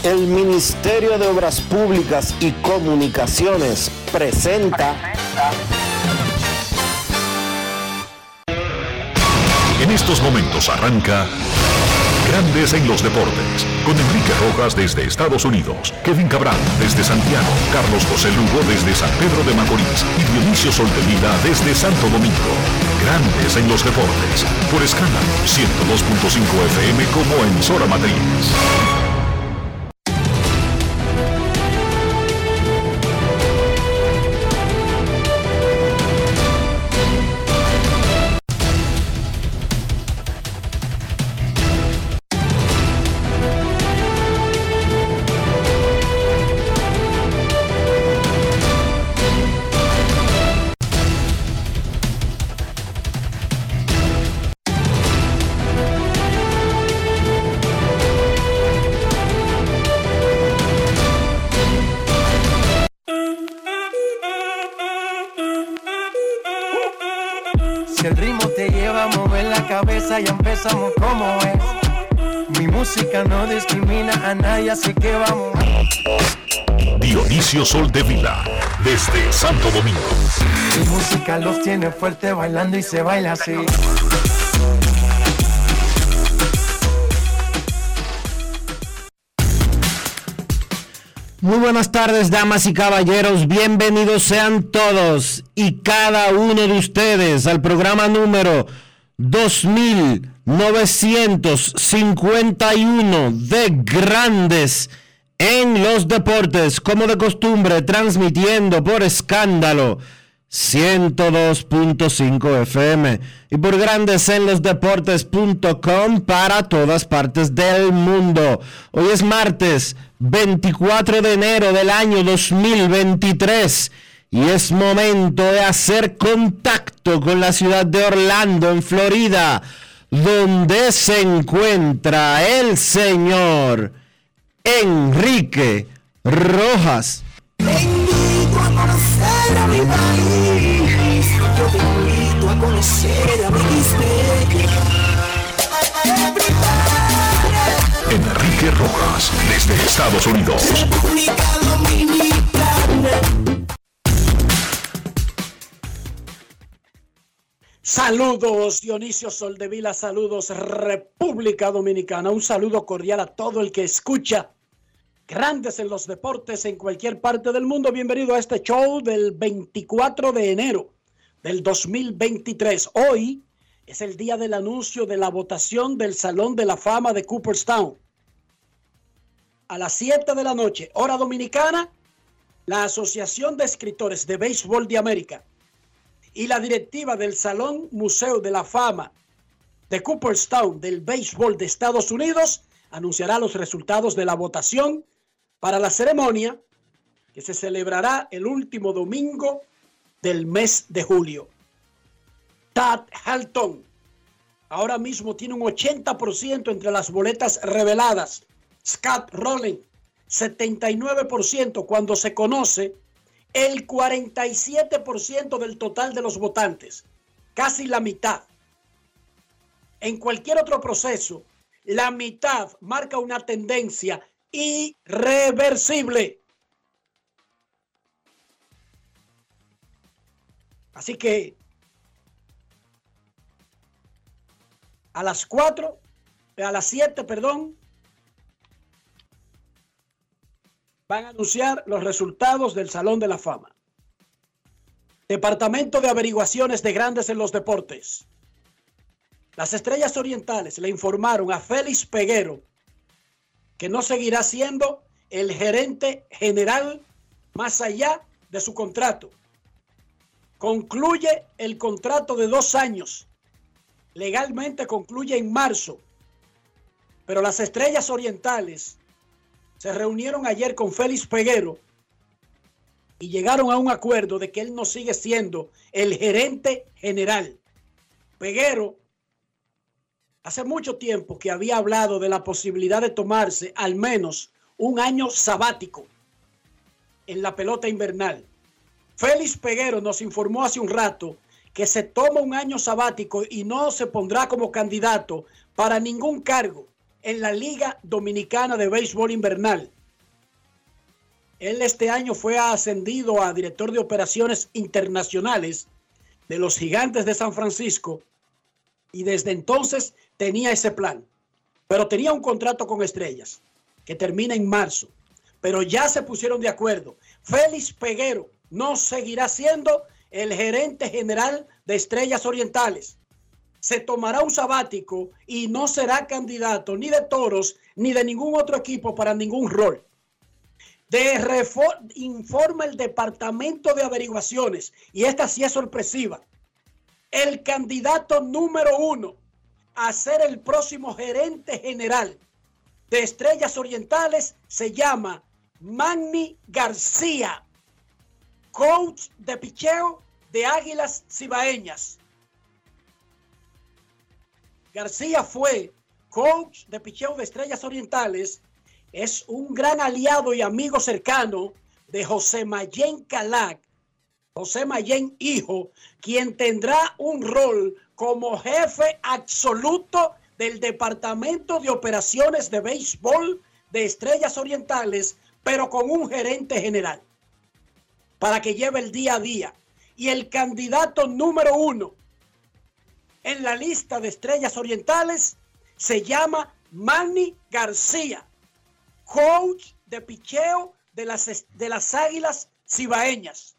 El Ministerio de Obras Públicas y Comunicaciones presenta. En estos momentos arranca Grandes en los Deportes, con Enrique Rojas desde Estados Unidos, Kevin Cabral desde Santiago, Carlos José Lugo desde San Pedro de Macorís y Dionisio Solterida desde Santo Domingo. Grandes en los Deportes, por Escándalo 102.5 FM como emisora matriz. Ya empezamos como es. Mi música no discrimina a nadie, así que vamos. Dionisio Solterida, desde Santo Domingo. Mi música los tiene fuerte bailando y se baila así. Muy buenas tardes, damas y caballeros. Bienvenidos sean todos y cada uno de ustedes al programa número 2951 de Grandes en los Deportes, como de costumbre, transmitiendo por Escándalo 102.5 FM y por grandesenlosdeportes.com para todas partes del mundo. Hoy es martes 24 de enero del año 2023 y es momento de hacer contacto con la ciudad de Orlando, en Florida, donde se encuentra el señor Enrique Rojas. Te invito a conocer a mi país, yo te invito a conocer a mi Enrique Rojas, desde Estados Unidos. República Dominicana. Saludos Dionisio Soldevila, saludos República Dominicana, un saludo cordial a todo el que escucha Grandes en los Deportes en cualquier parte del mundo. Bienvenido a este show del 24 de enero del 2023. Hoy es el día del anuncio de la votación del Salón de la Fama de Cooperstown. A las 7 de la noche, hora dominicana, la Asociación de Escritores de Béisbol de América y la directiva del Salón Museo de la Fama de Cooperstown del Béisbol de Estados Unidos anunciará los resultados de la votación para la ceremonia que se celebrará el último domingo del mes de julio. Todd Helton ahora mismo tiene un 80% entre las boletas reveladas. Scott Rowland, 79% cuando se conoce el 47% del total de los votantes, casi la mitad. En cualquier otro proceso, la mitad marca una tendencia irreversible. Así que a las 7, van a anunciar los resultados del Salón de la Fama. Departamento de Averiguaciones de Grandes en los Deportes. Las Estrellas Orientales le informaron a Félix Peguero que no seguirá siendo el gerente general más allá de su contrato. Concluye el contrato de 2 años. Legalmente concluye en marzo. Pero las Estrellas Orientales se reunieron ayer con Félix Peguero y llegaron a un acuerdo de que él no sigue siendo el gerente general. Peguero hace mucho tiempo que había hablado de la posibilidad de tomarse al menos un año sabático en la pelota invernal. Félix Peguero nos informó hace un rato que se toma un año sabático y no se pondrá como candidato para ningún cargo en la Liga Dominicana de Béisbol Invernal. Él este año fue ascendido a director de operaciones internacionales de los Gigantes de San Francisco y desde entonces tenía ese plan. Pero tenía un contrato con Estrellas que termina en marzo. Pero ya se pusieron de acuerdo. Félix Peguero no seguirá siendo el gerente general de Estrellas Orientales. Se tomará un sabático y no será candidato ni de Toros ni de ningún otro equipo para ningún rol. Informa el Departamento de Averiguaciones, y esta sí es sorpresiva. El candidato número 1 a ser el próximo gerente general de Estrellas Orientales se llama Manny García, coach de picheo de Águilas Cibaeñas. García fue coach de picheo de Estrellas Orientales. Es un gran aliado y amigo cercano de José Mayén Calac, José Mayén hijo, quien tendrá un rol como jefe absoluto del Departamento de Operaciones de Béisbol de Estrellas Orientales, pero con un gerente general para que lleve el día a día. Y el candidato número 1 en la lista de Estrellas Orientales se llama Manny García, coach de picheo de las Águilas Cibaeñas.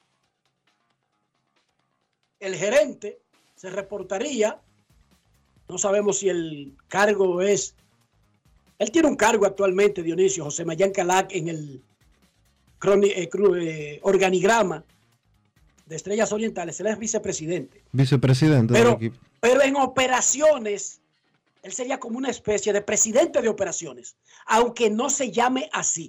El gerente se reportaría, no sabemos si el cargo es, él tiene un cargo actualmente, Dionisio, José Mayán Calac, en el organigrama de Estrellas Orientales. Él es vicepresidente. Vicepresidente del equipo. Pero en operaciones, él sería como una especie de presidente de operaciones, aunque no se llame así.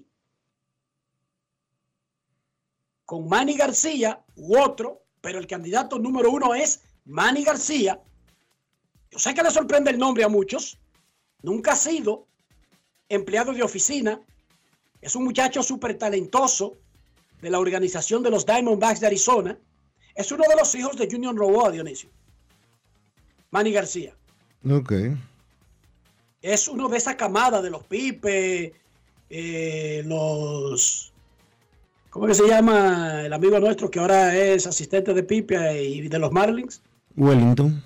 Con Manny García u otro, pero el candidato número 1 es Manny García. Yo sé que le sorprende el nombre a muchos. Nunca ha sido empleado de oficina. Es un muchacho súper talentoso de la organización de los Diamondbacks de Arizona. Es uno de los hijos de Junior Roboa, Dionisio. Manny García. Ok. Es uno de esa camada de los Pipe, ¿cómo que se llama el amigo nuestro que ahora es asistente de Pipe y de los Marlins? Wellington.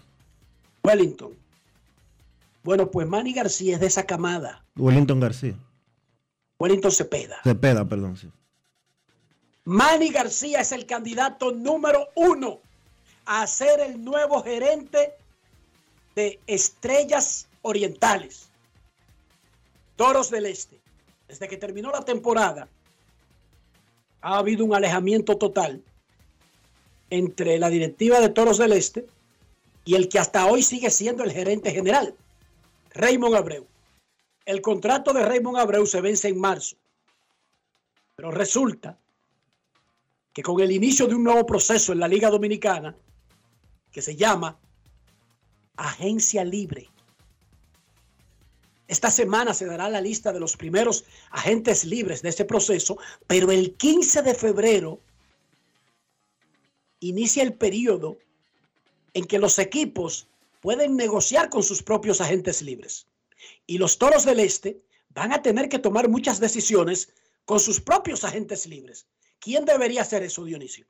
Bueno, pues Manny García es de esa camada. Wellington García. Wellington Cepeda, perdón, sí. Manny García es el candidato número 1 a ser el nuevo gerente de Estrellas Orientales. Toros del Este. Desde que terminó la temporada, ha habido un alejamiento total entre la directiva de Toros del Este y el que hasta hoy sigue siendo el gerente general, Raymond Abreu. El contrato de Raymond Abreu se vence en marzo. Pero resulta que con el inicio de un nuevo proceso en la Liga Dominicana, que se llama Agencia Libre, esta semana se dará la lista de los primeros agentes libres de ese proceso, pero el 15 de febrero inicia el periodo en que los equipos pueden negociar con sus propios agentes libres. Y los Toros del Este van a tener que tomar muchas decisiones con sus propios agentes libres. ¿Quién debería hacer eso, Dionisio?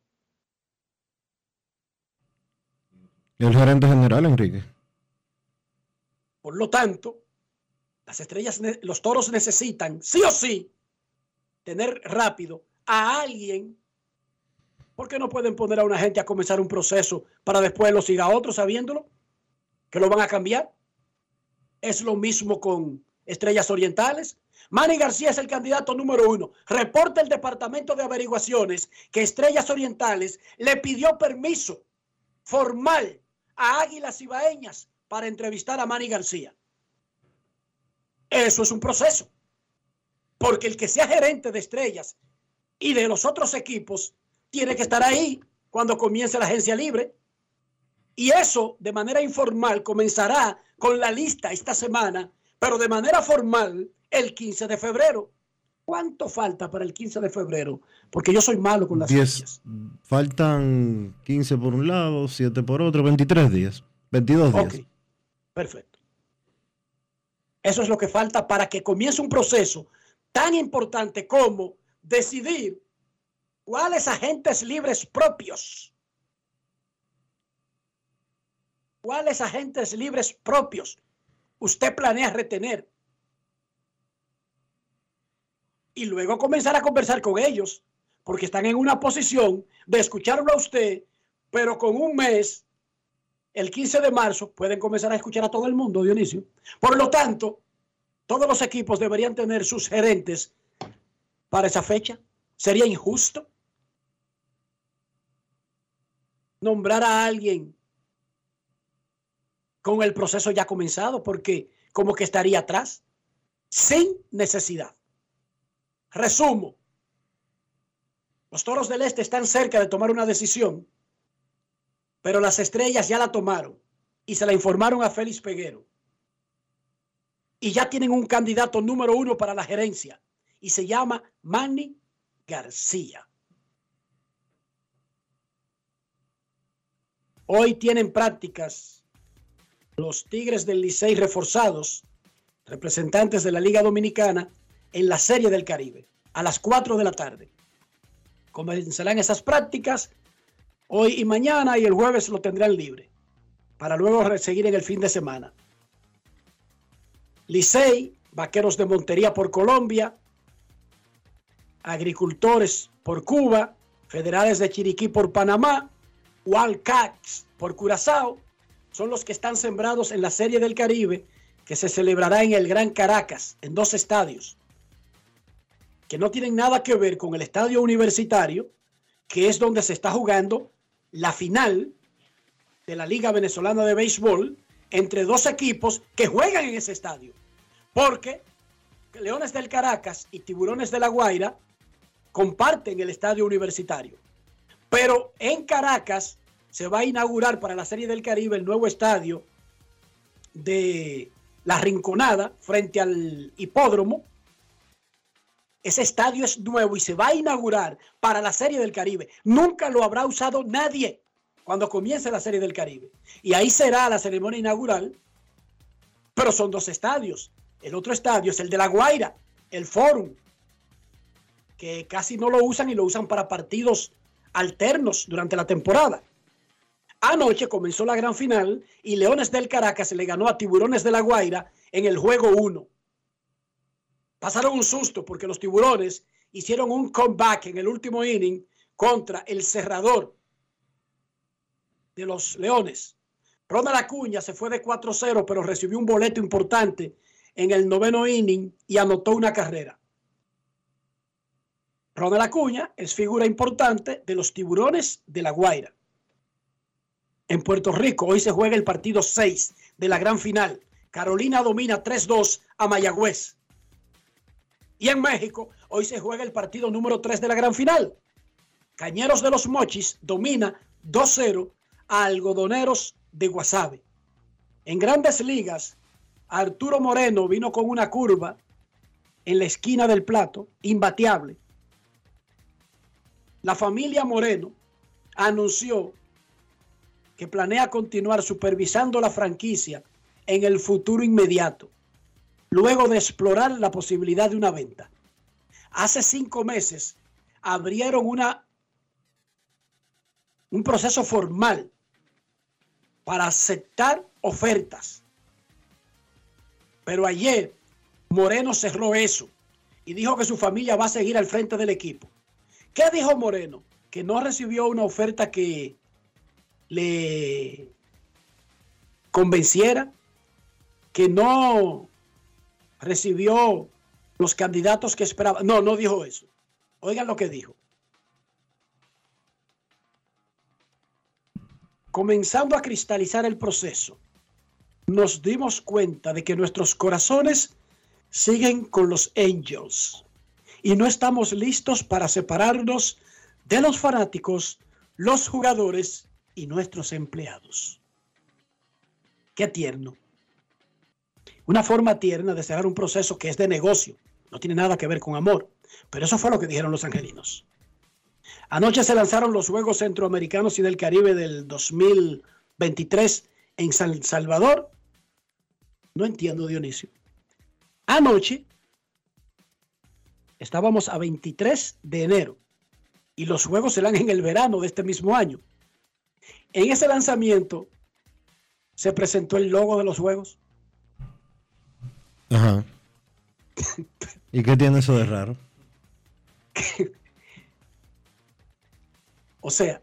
El gerente general, Enrique. Por lo tanto, los Toros necesitan, sí o sí, tener rápido a alguien, porque no pueden poner a una gente a comenzar un proceso para después lo siga otro sabiéndolo, que lo van a cambiar. Es lo mismo con Estrellas Orientales. Manny García es el candidato número 1. Reporta el Departamento de Averiguaciones que Estrellas Orientales le pidió permiso formal a Águilas Cibaeñas para entrevistar a Manny García. Eso es un proceso. Porque el que sea gerente de Estrellas y de los otros equipos tiene que estar ahí cuando comience la agencia libre. Y eso de manera informal comenzará con la lista esta semana, pero de manera formal el 15 de febrero. ¿Cuánto falta para el 15 de febrero? Porque yo soy malo con las fechas. Faltan 15 por un lado, 7 por otro, 23 días. 22 días. Ok, perfecto. Eso es lo que falta para que comience un proceso tan importante como decidir cuáles agentes libres propios, usted planea retener. Y luego comenzar a conversar con ellos, porque están en una posición de escucharlo a usted, pero con un mes, el 15 de marzo, pueden comenzar a escuchar a todo el mundo, Dionisio. Por lo tanto, todos los equipos deberían tener sus gerentes para esa fecha. Sería injusto nombrar a alguien con el proceso ya comenzado, porque como que estaría atrás, sin necesidad. Resumo, los Toros del Este están cerca de tomar una decisión, pero las Estrellas ya la tomaron y se la informaron a Félix Peguero. Y ya tienen un candidato número 1 para la gerencia y se llama Manny García. Hoy tienen prácticas los Tigres del Licey reforzados, representantes de la Liga Dominicana, en la Serie del Caribe, a las 4 de la tarde. Comenzarán esas prácticas hoy y mañana, y el jueves lo tendrán libre, para luego seguir en el fin de semana. Licey, Vaqueros de Montería por Colombia, Agricultores por Cuba, Federales de Chiriquí por Panamá, Wildcats por Curazao, son los que están sembrados en la Serie del Caribe, que se celebrará en el Gran Caracas, en 2 estadios, que no tienen nada que ver con el estadio universitario, que es donde se está jugando la final de la Liga Venezolana de Béisbol entre 2 equipos que juegan en ese estadio. Porque Leones del Caracas y Tiburones de La Guaira comparten el estadio universitario. Pero en Caracas se va a inaugurar para la Serie del Caribe el nuevo estadio de La Rinconada frente al hipódromo. Ese estadio es nuevo y se va a inaugurar para la Serie del Caribe. Nunca lo habrá usado nadie cuando comience la Serie del Caribe. Y ahí será la ceremonia inaugural, pero son 2 estadios. El otro estadio es el de La Guaira, el Forum, que casi no lo usan y lo usan para partidos alternos durante la temporada. Anoche comenzó la gran final y Leones del Caracas le ganó a Tiburones de La Guaira en el juego 1. Pasaron un susto porque los Tiburones hicieron un comeback en el último inning contra el cerrador de los Leones. Ronald Acuña se fue de 4-0, pero recibió un boleto importante en el 9º inning y anotó una carrera. Ronald Acuña es figura importante de los Tiburones de La Guaira. En Puerto Rico hoy se juega el partido 6 de la gran final. Carolina domina 3-2 a Mayagüez. Y en México hoy se juega el partido número 3 de la gran final. Cañeros de los Mochis domina 2-0 a Algodoneros de Guasave. En Grandes Ligas, Arturo Moreno vino con una curva en la esquina del plato, imbateable. La familia Moreno anunció que planea continuar supervisando la franquicia en el futuro inmediato, luego de explorar la posibilidad de una venta. Hace 5 meses abrieron un proceso formal para aceptar ofertas. Pero ayer Moreno cerró eso y dijo que su familia va a seguir al frente del equipo. ¿Qué dijo Moreno? Que no recibió una oferta que le convenciera, que no recibió los candidatos que esperaba. No, no dijo eso. Oigan lo que dijo. Comenzando a cristalizar el proceso, nos dimos cuenta de que nuestros corazones siguen con los Angels y no estamos listos para separarnos de los fanáticos, los jugadores y nuestros empleados. Qué tierno. Una forma tierna de cerrar un proceso que es de negocio. No tiene nada que ver con amor. Pero eso fue lo que dijeron los angelinos. Anoche se lanzaron los Juegos Centroamericanos y del Caribe del 2023 en San Salvador. No entiendo, Dionisio. Anoche estábamos a 23 de enero y los juegos serán en el verano de este mismo año. En ese lanzamiento se presentó el logo de los juegos. Ajá. ¿Y qué tiene eso de raro? O sea,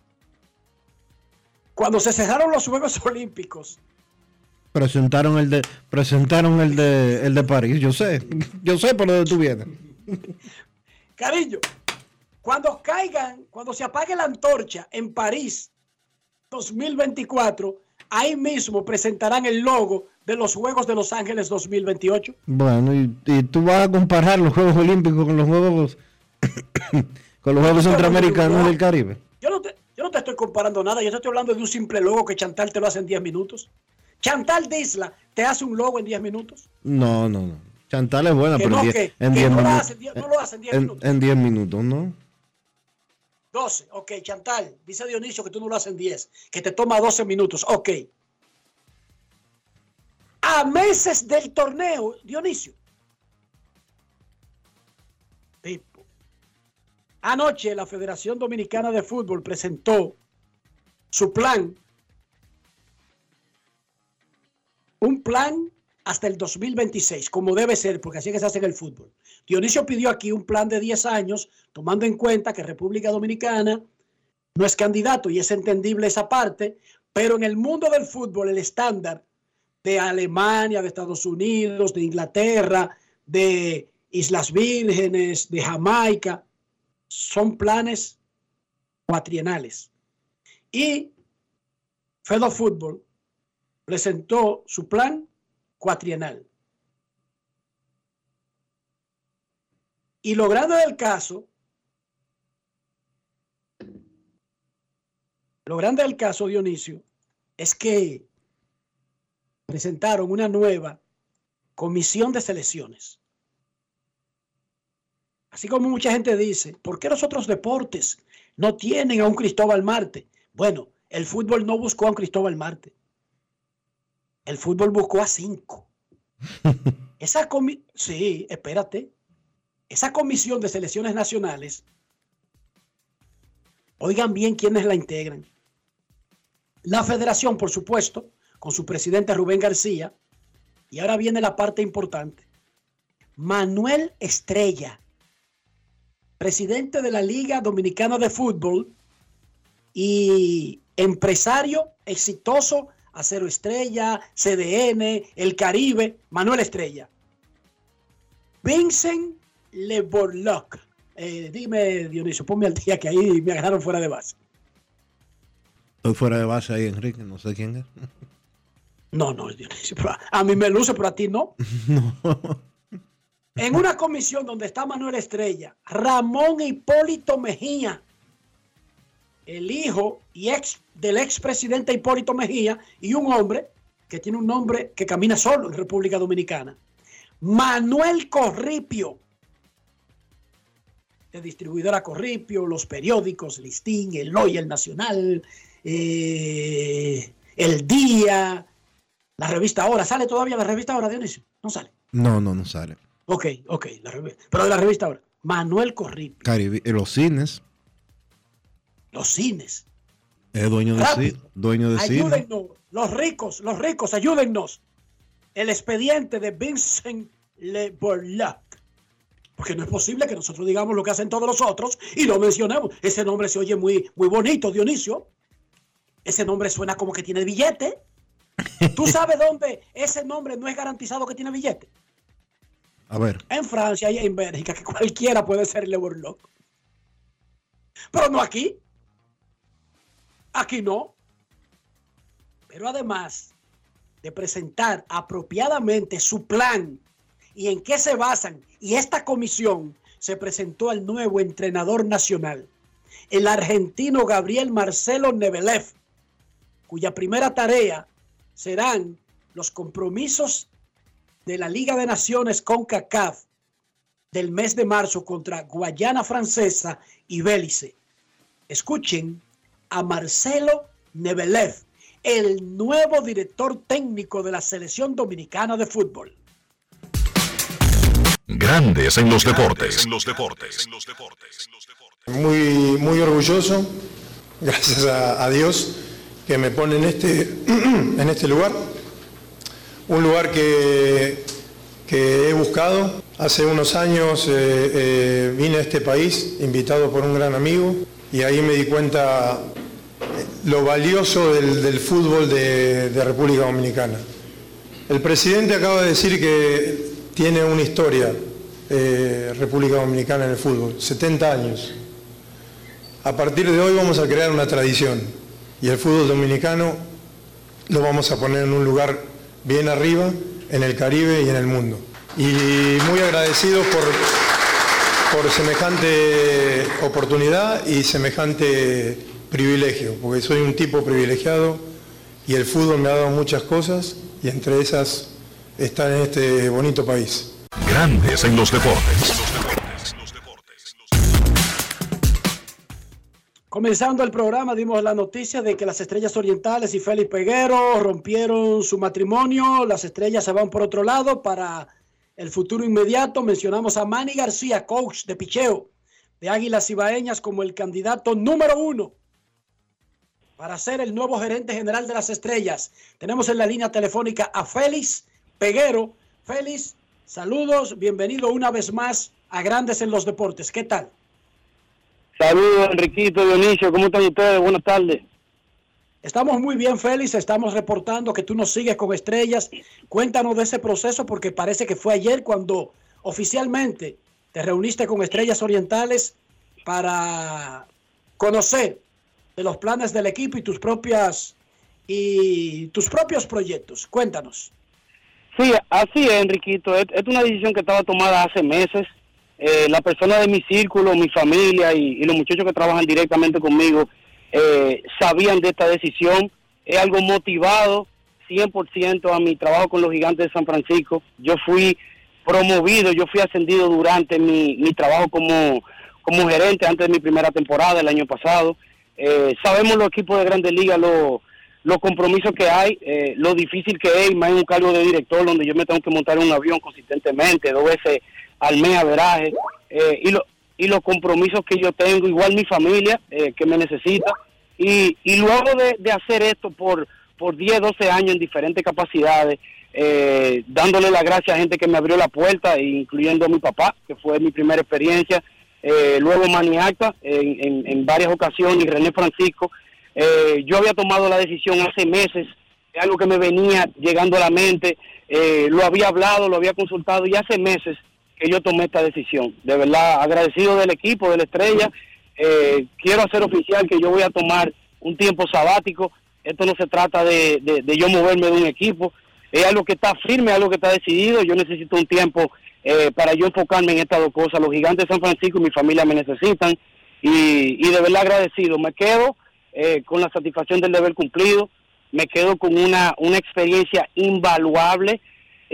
cuando se cerraron los Juegos Olímpicos, presentaron el de París. Yo sé por dónde tú vienes. Cariño, cuando se apague la antorcha en París 2024, ahí mismo presentarán el logo de los Juegos de Los Ángeles 2028. Bueno, y tú vas a comparar los Juegos Olímpicos con los Juegos con los Juegos Centroamericanos del Caribe. Yo no te estoy comparando nada, yo te estoy hablando de un simple logo que Chantal te lo hace en 10 minutos. Chantal Disla te hace un logo en 10 minutos. No. Chantal es buena, pero en 10 minutos. No lo hace en 10 minutos. En 10 minutos, ¿no? 12, ok, Chantal, dice Dionisio que tú no lo haces en 10, que te toma 12 minutos, ok. A meses del torneo, Dionisio. Tipo. Anoche la Federación Dominicana de Fútbol presentó su plan. Un plan hasta el 2026, como debe ser, porque así es que se hace en el fútbol. Dionisio pidió aquí un plan de 10 años, tomando en cuenta que República Dominicana no es candidato y es entendible esa parte, pero en el mundo del fútbol el estándar de Alemania, de Estados Unidos, de Inglaterra, de Islas Vírgenes, de Jamaica, son planes cuatrienales. Y FedoFútbol presentó su plan cuatrienal. Y lo grande del caso, Dionisio, es que presentaron una nueva comisión de selecciones. Así como mucha gente dice, ¿por qué los otros deportes no tienen a un Cristóbal Marte? Bueno, el fútbol no buscó a un Cristóbal Marte. El fútbol buscó a 5. Sí, espérate. Esa comisión de selecciones nacionales, oigan bien quiénes la integran. La federación, por supuesto, con su presidente Rubén García. Y ahora viene la parte importante. Manuel Estrella, presidente de la Liga Dominicana de Fútbol y empresario exitoso, Acero Estrella, CDN, El Caribe, Manuel Estrella. Vincent Le Borloc. Dime, Dionisio, ponme al día que ahí me agarraron fuera de base. Estoy fuera de base ahí, Enrique, no sé quién es. No, Dionisio, a mí me luce, pero a ti no. No. En una comisión donde está Manuel Estrella, Ramón Hipólito Mejía, el hijo y del expresidente Hipólito Mejía, y un hombre que tiene un nombre que camina solo en República Dominicana, Manuel Corripio, de distribuidora Corripio, los periódicos Listín, El Hoy, El Nacional, El Día, la revista Ahora. ¿Sale todavía la revista Ahora, Dionisio? ¿No sale? No sale. Ok, pero de la revista Ahora. Manuel Corripio. Caribe, los cines. Los cines. Es dueño de cine. Ayúdennos, los ricos, ayúdennos. El expediente de Vincent Le Borloc. Porque no es posible que nosotros digamos lo que hacen todos los otros y lo mencionemos. Ese nombre se oye muy, muy bonito, Dionisio. Ese nombre suena como que tiene billete. ¿Tú sabes dónde ese nombre no es garantizado que tiene billete? A ver. En Francia y en Bélgica, que cualquiera puede ser Le Borloc. Pero no aquí. Aquí no. Pero además de presentar apropiadamente su plan y en qué se basan, y esta comisión se presentó al nuevo entrenador nacional, el argentino Gabriel Marcelo Nebelev, cuya primera tarea serán los compromisos de la Liga de Naciones CONCACAF del mes de marzo contra Guayana Francesa y Belice. Escuchen a Marcelo Nebelev, el nuevo director técnico de la Selección Dominicana de Fútbol. Grandes en los deportes. Muy orgulloso, gracias a Dios que me pone en este lugar, un lugar que he buscado. Hace unos años vine a este país invitado por un gran amigo y ahí me di cuenta lo valioso del fútbol de República Dominicana. El presidente acaba de decir que tiene una historia República Dominicana en el fútbol, 70 años. A partir de hoy vamos a crear una tradición y el fútbol dominicano lo vamos a poner en un lugar bien arriba, en el Caribe y en el mundo. Y muy agradecido por semejante oportunidad y semejante privilegio, porque soy un tipo privilegiado y el fútbol me ha dado muchas cosas y entre esas estar en este bonito país. Grandes en los deportes. Comenzando el programa dimos la noticia de que las Estrellas Orientales y Félix Peguero rompieron su matrimonio. Las Estrellas se van por otro lado para el futuro inmediato. Mencionamos a Manny García, coach de picheo de Águilas Cibaeñas, como el candidato número 1 para ser el nuevo gerente general de las Estrellas. Tenemos en la línea telefónica a Félix Peguero. Félix, saludos, bienvenido una vez más a Grandes en los Deportes. ¿Qué tal? Saludos, Enriquito, Dionisio, ¿cómo están ustedes? Buenas tardes. Estamos muy bien, Félix, estamos reportando que tú nos sigues con Estrellas. Cuéntanos de ese proceso, porque parece que fue ayer cuando oficialmente te reuniste con Estrellas Orientales para conocer de los planes del equipo y tus propios proyectos. Cuéntanos. Sí, así es, Enriquito. Es una decisión que estaba tomada hace meses. La persona de mi círculo, mi familia y los muchachos que trabajan directamente conmigo sabían de esta decisión. Es algo motivado 100% a mi trabajo con los Gigantes de San Francisco. Yo fui promovido, yo fui ascendido durante mi trabajo como gerente antes de mi primera temporada el año pasado. Sabemos los equipos de Grandes Ligas, los compromisos que hay, lo difícil que es, más en un cargo de director donde yo me tengo que montar en un avión consistentemente, 2 veces al mes averaje, y los compromisos que yo tengo, igual mi familia que me necesita, y luego de hacer esto por 10, 12 años en diferentes capacidades, dándole las gracias a gente que me abrió la puerta, incluyendo a mi papá, que fue mi primera experiencia, luego Manny Acta en varias ocasiones, y René Francisco. Yo había tomado la decisión hace meses, es algo que me venía llegando a la mente, lo había hablado, lo había consultado, y hace meses que yo tomé esta decisión. De verdad, agradecido del equipo, de la Estrella. Quiero hacer oficial que yo voy a tomar un tiempo sabático. Esto no se trata de yo moverme de un equipo, es algo que está firme, algo que está decidido. Yo necesito un tiempo para yo enfocarme en estas dos cosas. Los Gigantes de San Francisco y mi familia me necesitan, y de verdad agradecido. Me quedo con la satisfacción del deber cumplido, me quedo con una experiencia invaluable.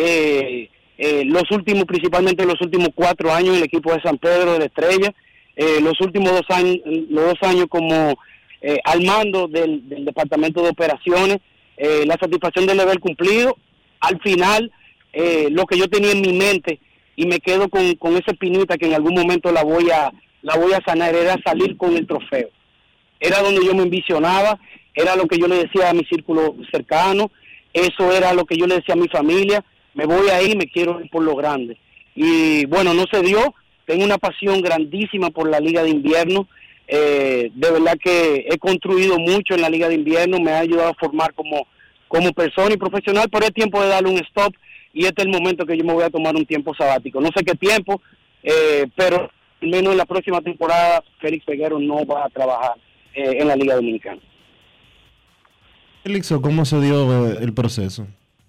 Principalmente los últimos 4 años en el equipo de San Pedro de la Estrella, los últimos 2 años como al mando del departamento de operaciones, la satisfacción del deber cumplido. Al final, lo que yo tenía en mi mente, y me quedo con esa espinita que en algún momento la voy a sanar, era salir con el trofeo. Era donde yo me envisionaba, era lo que yo le decía a mi círculo cercano, eso era lo que yo le decía a mi familia. Me voy ahí, me quiero ir por lo grande. Y bueno, no se dio. Tengo una pasión grandísima por la Liga de Invierno. De verdad que he construido mucho en la Liga de Invierno, me ha ayudado a formar como persona y profesional, pero es tiempo de darle un stop, y este es el momento que yo me voy a tomar un tiempo sabático. No sé qué tiempo, pero al menos en la próxima temporada Félix Peguero no va a trabajar en la Liga Dominicana. Félix, ¿cómo se dio el proceso?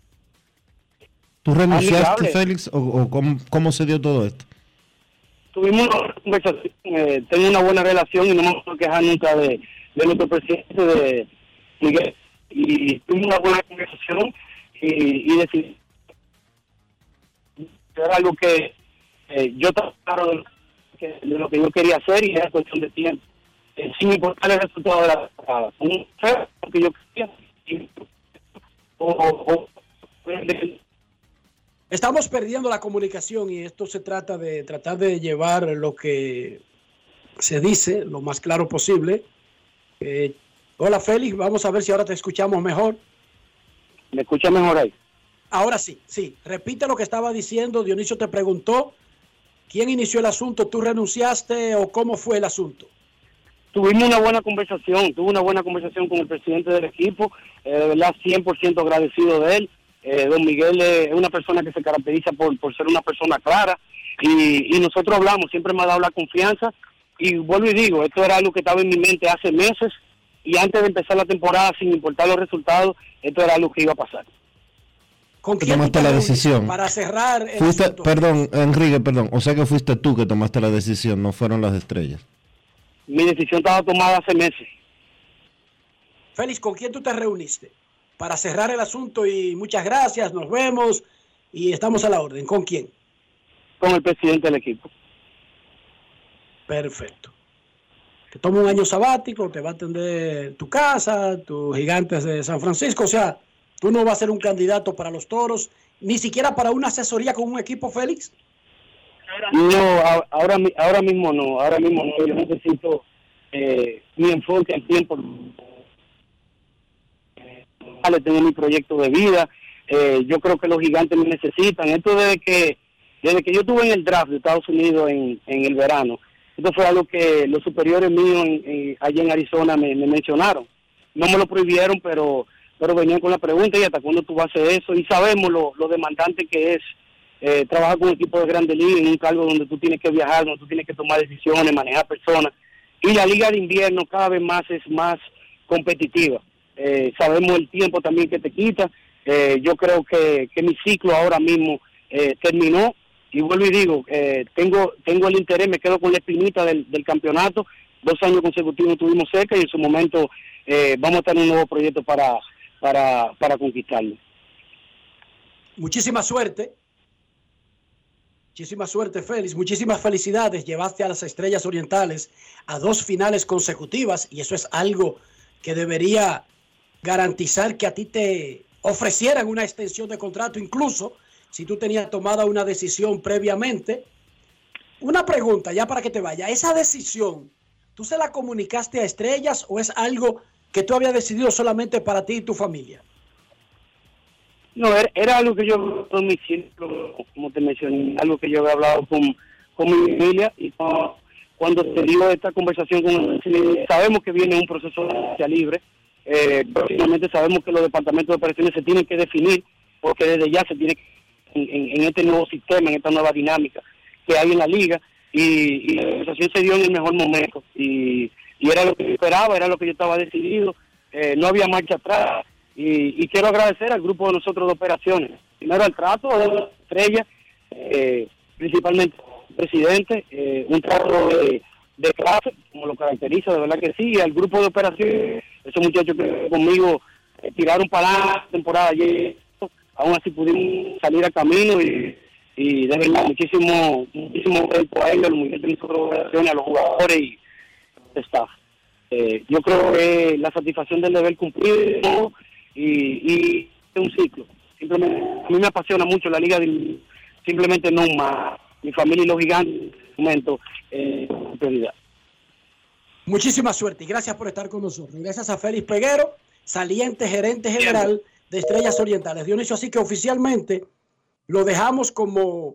¿Tú renunciaste, Félix, o cómo se dio todo esto? Tuvimos una conversación, tengo una buena relación y no me puedo quejar nunca de nuestro presidente, de Miguel, y tuvimos una buena conversación y decidí hacer algo que yo estaba claro de lo que yo quería hacer, y era cuestión de tiempo, sin importar el resultado de la temporada. Un feo que yo quería, Estamos perdiendo la comunicación y esto se trata de tratar de llevar lo que se dice lo más claro posible. Hola Félix, vamos a ver si ahora te escuchamos mejor. ¿Me escucha mejor ahí? Ahora sí. Repite lo que estaba diciendo. Dionisio te preguntó quién inició el asunto, ¿tú renunciaste o cómo fue el asunto? Tuve una buena conversación con el presidente del equipo, de verdad 100% agradecido de él. Don Miguel es una persona que se caracteriza por ser una persona clara y nosotros hablamos, siempre me ha dado la confianza y vuelvo y digo, esto era algo que estaba en mi mente hace meses y antes de empezar la temporada, sin importar los resultados, esto era algo que iba a pasar. ¿Con quién tomaste la decisión? Para cerrar el asunto. Perdón, Enrique, o sea que fuiste tú que tomaste la decisión, no fueron las estrellas. Mi decisión estaba tomada hace meses. Félix, ¿con quién tú te reuniste? Para cerrar el asunto y muchas gracias, nos vemos y estamos a la orden. ¿Con quién? Con el presidente del equipo. Perfecto. Te toma un año sabático, te va a atender tu casa, tus Gigantes de San Francisco, o sea, tú no vas a ser un candidato para los Toros, ni siquiera para una asesoría con un equipo, Félix. No, ahora mismo no, yo necesito mi enfoque al tiempo. Tengo mi proyecto de vida, yo creo que los Gigantes me necesitan. Esto desde que yo estuve en el draft de Estados Unidos en el verano, esto fue algo que los superiores míos allá en Arizona me mencionaron. No me lo prohibieron, pero venían con la pregunta, ¿y hasta cuándo tú vas a hacer eso? Y sabemos lo demandante que es trabajar con un equipo de Grandes Ligas en un cargo donde tú tienes que viajar, donde tú tienes que tomar decisiones, manejar personas. Y la liga de invierno cada vez más es más competitiva. Sabemos el tiempo también que te quita. Yo creo que mi ciclo ahora mismo terminó y vuelvo y digo, tengo el interés, me quedo con la espinita del campeonato. 2 años consecutivos estuvimos cerca y en su momento vamos a tener un nuevo proyecto para conquistarlo. Muchísima suerte, Félix, muchísimas felicidades. Llevaste a las Estrellas Orientales a 2 finales consecutivas y eso es algo que debería garantizar que a ti te ofrecieran una extensión de contrato, incluso si tú tenías tomada una decisión previamente. Una pregunta ya para que te vaya, ¿esa decisión tú se la comunicaste a Estrellas o es algo que tú habías decidido solamente para ti y tu familia? No, era algo que yo, con mi círculo, como te mencioné, algo que yo había hablado con mi familia y cuando se dio esta conversación con sabemos que viene un proceso de libre. Próximamente sabemos que los departamentos de operaciones se tienen que definir porque desde ya se tiene que, en este nuevo sistema, en esta nueva dinámica que hay en la liga y la conversación se dio en el mejor momento y era lo que yo esperaba, era lo que yo estaba decidido, no había marcha atrás y quiero agradecer al grupo de nosotros de operaciones, primero al trato de la Estrella, principalmente el presidente, un trato de clase, como lo caracteriza, de verdad que sí, y al grupo de operaciones, esos muchachos que conmigo tiraron para la temporada ayer, aún así pudimos salir a camino y de verdad muchísimo tiempo a ellos, a los muchachos de operaciones, a los jugadores y al staff. Yo creo que la satisfacción del deber cumplido y es un ciclo. Simplemente, a mí me apasiona mucho la liga, simplemente no más. Mi familia y los Gigantes, en este momento, prioridad. Muchísima suerte y gracias por estar con nosotros. Gracias a Félix Peguero, saliente gerente general de Estrellas Orientales. Dionisio, así que oficialmente lo dejamos como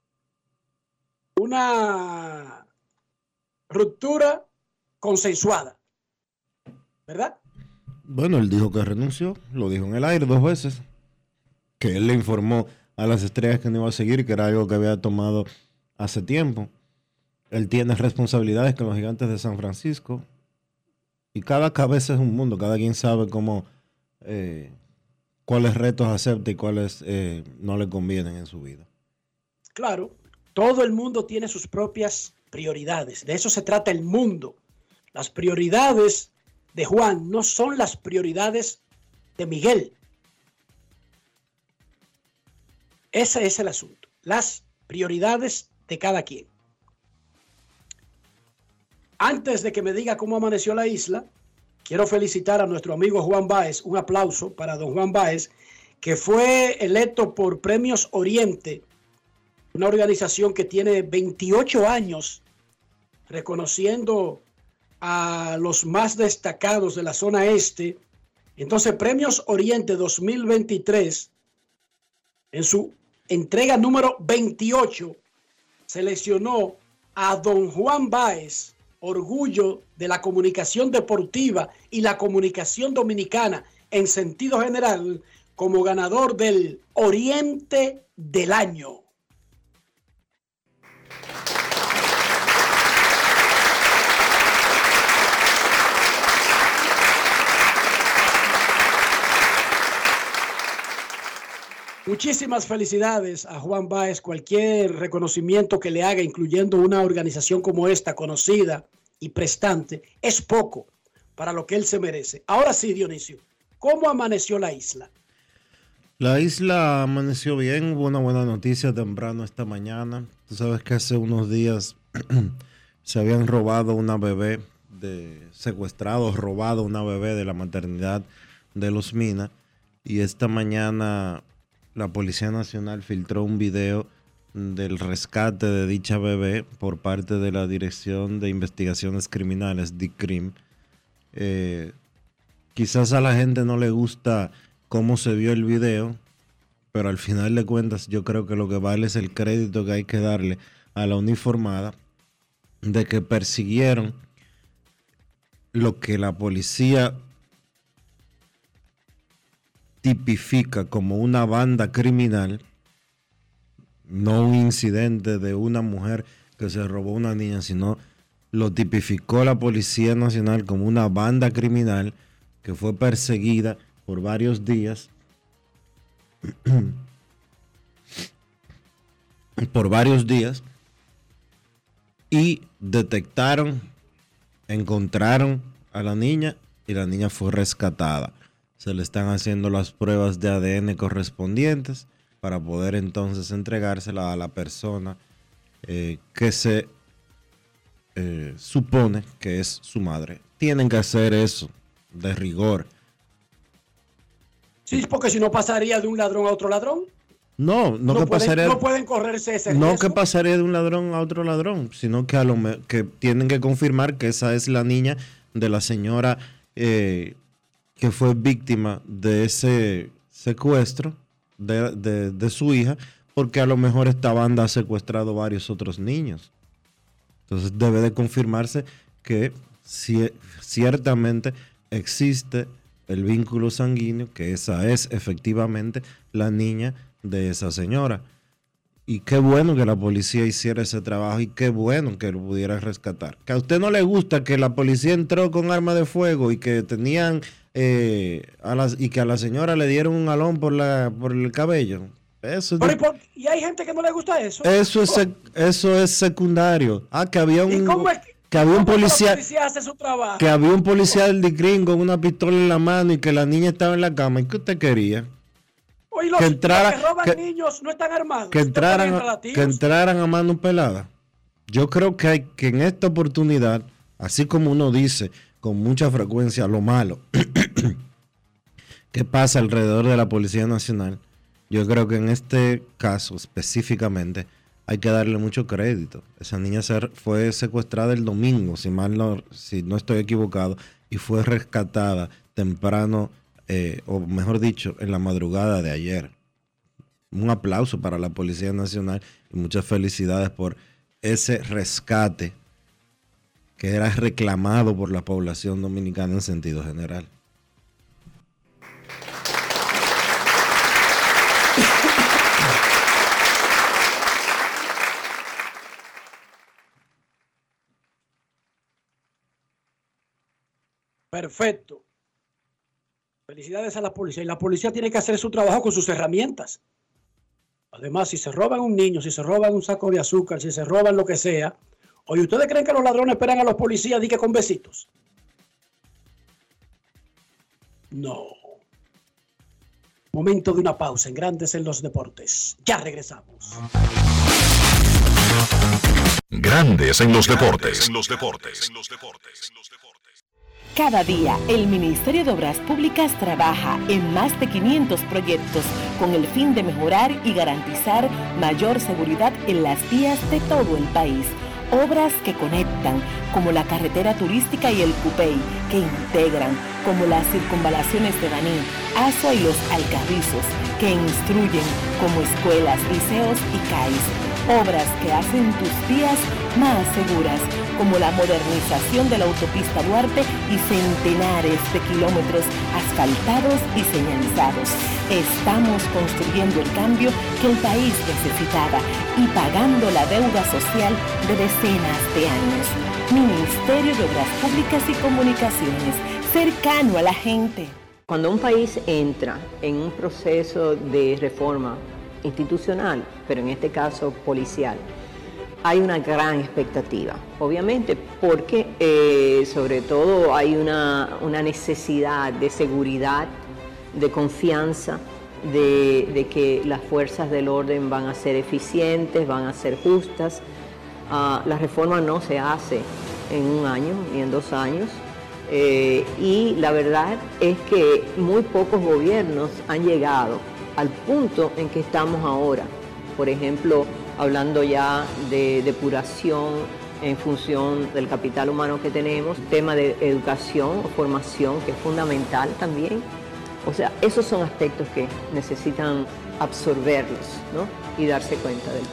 una ruptura consensuada, ¿verdad? Bueno, él dijo que renunció, lo dijo en el aire 2 veces, que él le informó a las Estrellas que no iba a seguir, que era algo que había tomado hace tiempo. Él tiene responsabilidades con los Gigantes de San Francisco y cada cabeza es un mundo, cada quien sabe cómo, cuáles retos acepta y cuáles no le convienen en su vida. Claro, todo el mundo tiene sus propias prioridades, de eso se trata el mundo. Las prioridades de Juan no son las prioridades de Miguel. Ese es el asunto, las prioridades de cada quien. Antes de que me diga cómo amaneció la isla, quiero felicitar a nuestro amigo Juan Báez, un aplauso para don Juan Báez, que fue electo por Premios Oriente, una organización que tiene 28 años reconociendo a los más destacados de la zona este. Entonces, Premios Oriente 2023, en su entrega número 28, seleccionó a don Juan Báez, orgullo de la comunicación deportiva y la comunicación dominicana en sentido general, como ganador del Oriente del Año. Muchísimas felicidades a Juan Báez. Cualquier reconocimiento que le haga, incluyendo una organización como esta, conocida y prestante, es poco para lo que él se merece. Ahora sí, Dionisio, ¿cómo amaneció la isla? La isla amaneció bien, hubo una buena noticia temprano esta mañana. Tú sabes que hace unos días se habían robado una bebé, robado una bebé de la maternidad de Los Minas, y esta mañana la Policía Nacional filtró un video del rescate de dicha bebé por parte de la Dirección de Investigaciones Criminales, DICRIM. Quizás a la gente no le gusta cómo se vio el video, pero al final de cuentas yo creo que lo que vale es el crédito que hay que darle a la uniformada de que persiguieron lo que la policía tipifica como una banda criminal, no un incidente de una mujer que se robó una niña, sino lo tipificó la Policía Nacional como una banda criminal que fue perseguida por varios días y encontraron a la niña y la niña fue rescatada. Se le están haciendo las pruebas de ADN correspondientes para poder entonces entregársela a la persona que se supone que es su madre. Tienen que hacer eso de rigor. Sí, porque si no pasaría de un ladrón a otro ladrón. No pueden correrse ese riesgo. No que pasaría de un ladrón a otro ladrón, sino que que tienen que confirmar que esa es la niña de la señora que fue víctima de ese secuestro de su hija, porque a lo mejor esta banda ha secuestrado varios otros niños. Entonces debe de confirmarse que ciertamente existe el vínculo sanguíneo, que esa es efectivamente la niña de esa señora. Y qué bueno que la policía hiciera ese trabajo y qué bueno que lo pudiera rescatar. Que a usted no le gusta que la policía entró con arma de fuego y que tenían y que a la señora le dieron un jalón por el cabello. ¿Y hay gente que no le gusta eso? Eso es secundario. Que había un policía hace su trabajo? Que había un policía del DICRIM con una pistola en la mano y que la niña estaba en la cama. ¿Y qué usted quería? Oye, los que roban niños no están armados. Que entraran a mano pelada. Yo creo que en esta oportunidad, así como uno dice con mucha frecuencia lo malo que pasa alrededor de la Policía Nacional, yo creo que en este caso específicamente hay que darle mucho crédito. Esa niña fue secuestrada el domingo, si no estoy equivocado, y fue rescatada temprano, o mejor dicho, en la madrugada de ayer. Un aplauso para la Policía Nacional y muchas felicidades por ese rescate que era reclamado por la población dominicana en sentido general. Perfecto. Felicidades a la policía. Y la policía tiene que hacer su trabajo con sus herramientas. Además, si se roban un niño, si se roban un saco de azúcar, si se roban lo que sea, oye, ¿ustedes creen que los ladrones esperan a los policías y que con besitos? No. Momento de una pausa en Grandes en los Deportes. Ya regresamos. Grandes en los Deportes. Cada día, el Ministerio de Obras Públicas trabaja en más de 500 proyectos con el fin de mejorar y garantizar mayor seguridad en las vías de todo el país. Obras que conectan, como la carretera turística y el Cupey, que integran, como las circunvalaciones de Baní, Azua y los Alcarrizos, que instruyen, como escuelas, liceos y CAIS. Obras que hacen tus vías más seguras, como la modernización de la autopista Duarte y centenares de kilómetros asfaltados y señalizados. Estamos construyendo el cambio que el país necesitaba y pagando la deuda social de decenas de años. Ministerio de Obras Públicas y Comunicaciones, cercano a la gente. Cuando un país entra en un proceso de reforma institucional, pero en este caso policial, hay una gran expectativa, obviamente, porque sobre todo hay una necesidad de seguridad, de confianza, de que las fuerzas del orden van a ser eficientes, van a ser justas. La reforma no se hace en un año ni en 2 años, y la verdad es que muy pocos gobiernos han llegado al punto en que estamos ahora. Por ejemplo, hablando ya de depuración en función del capital humano que tenemos, tema de educación o formación, que es fundamental también. O sea, esos son aspectos que necesitan absorberlos, ¿no? Y darse cuenta del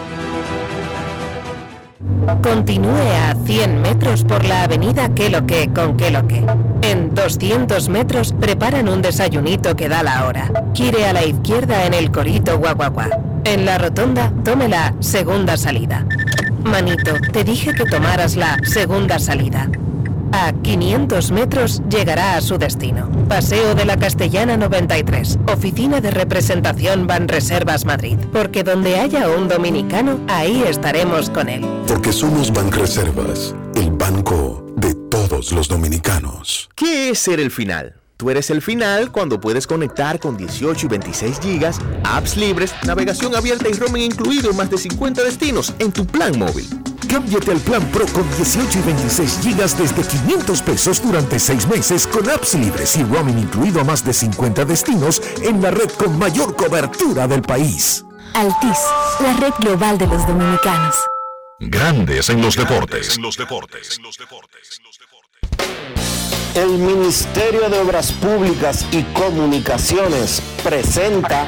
poder. Continúe a 100 metros por la avenida Qué lo que con Qué lo que. En 200 metros preparan un desayunito que da la hora. Gire a la izquierda en el Corito Guaguaguá. En la rotonda, tome la segunda salida. Manito, te dije que tomaras la segunda salida. A 500 metros llegará a su destino. Paseo de la Castellana 93. Oficina de representación Banreservas Madrid. Porque donde haya un dominicano, ahí estaremos con él. Porque somos Banreservas, el banco de todos los dominicanos. ¿Qué es ser el final? Tú eres el final cuando puedes conectar con 18 y 26 gigas, apps libres, navegación abierta y roaming incluido en más de 50 destinos en tu plan móvil. Cámbiate al plan Pro con 18 y 26 gigas desde 500 pesos durante 6 meses con apps libres y roaming incluido a más de 50 destinos en la red con mayor cobertura del país. Altis, la red global de los dominicanos. Grandes en los deportes. El Ministerio de Obras Públicas y Comunicaciones presenta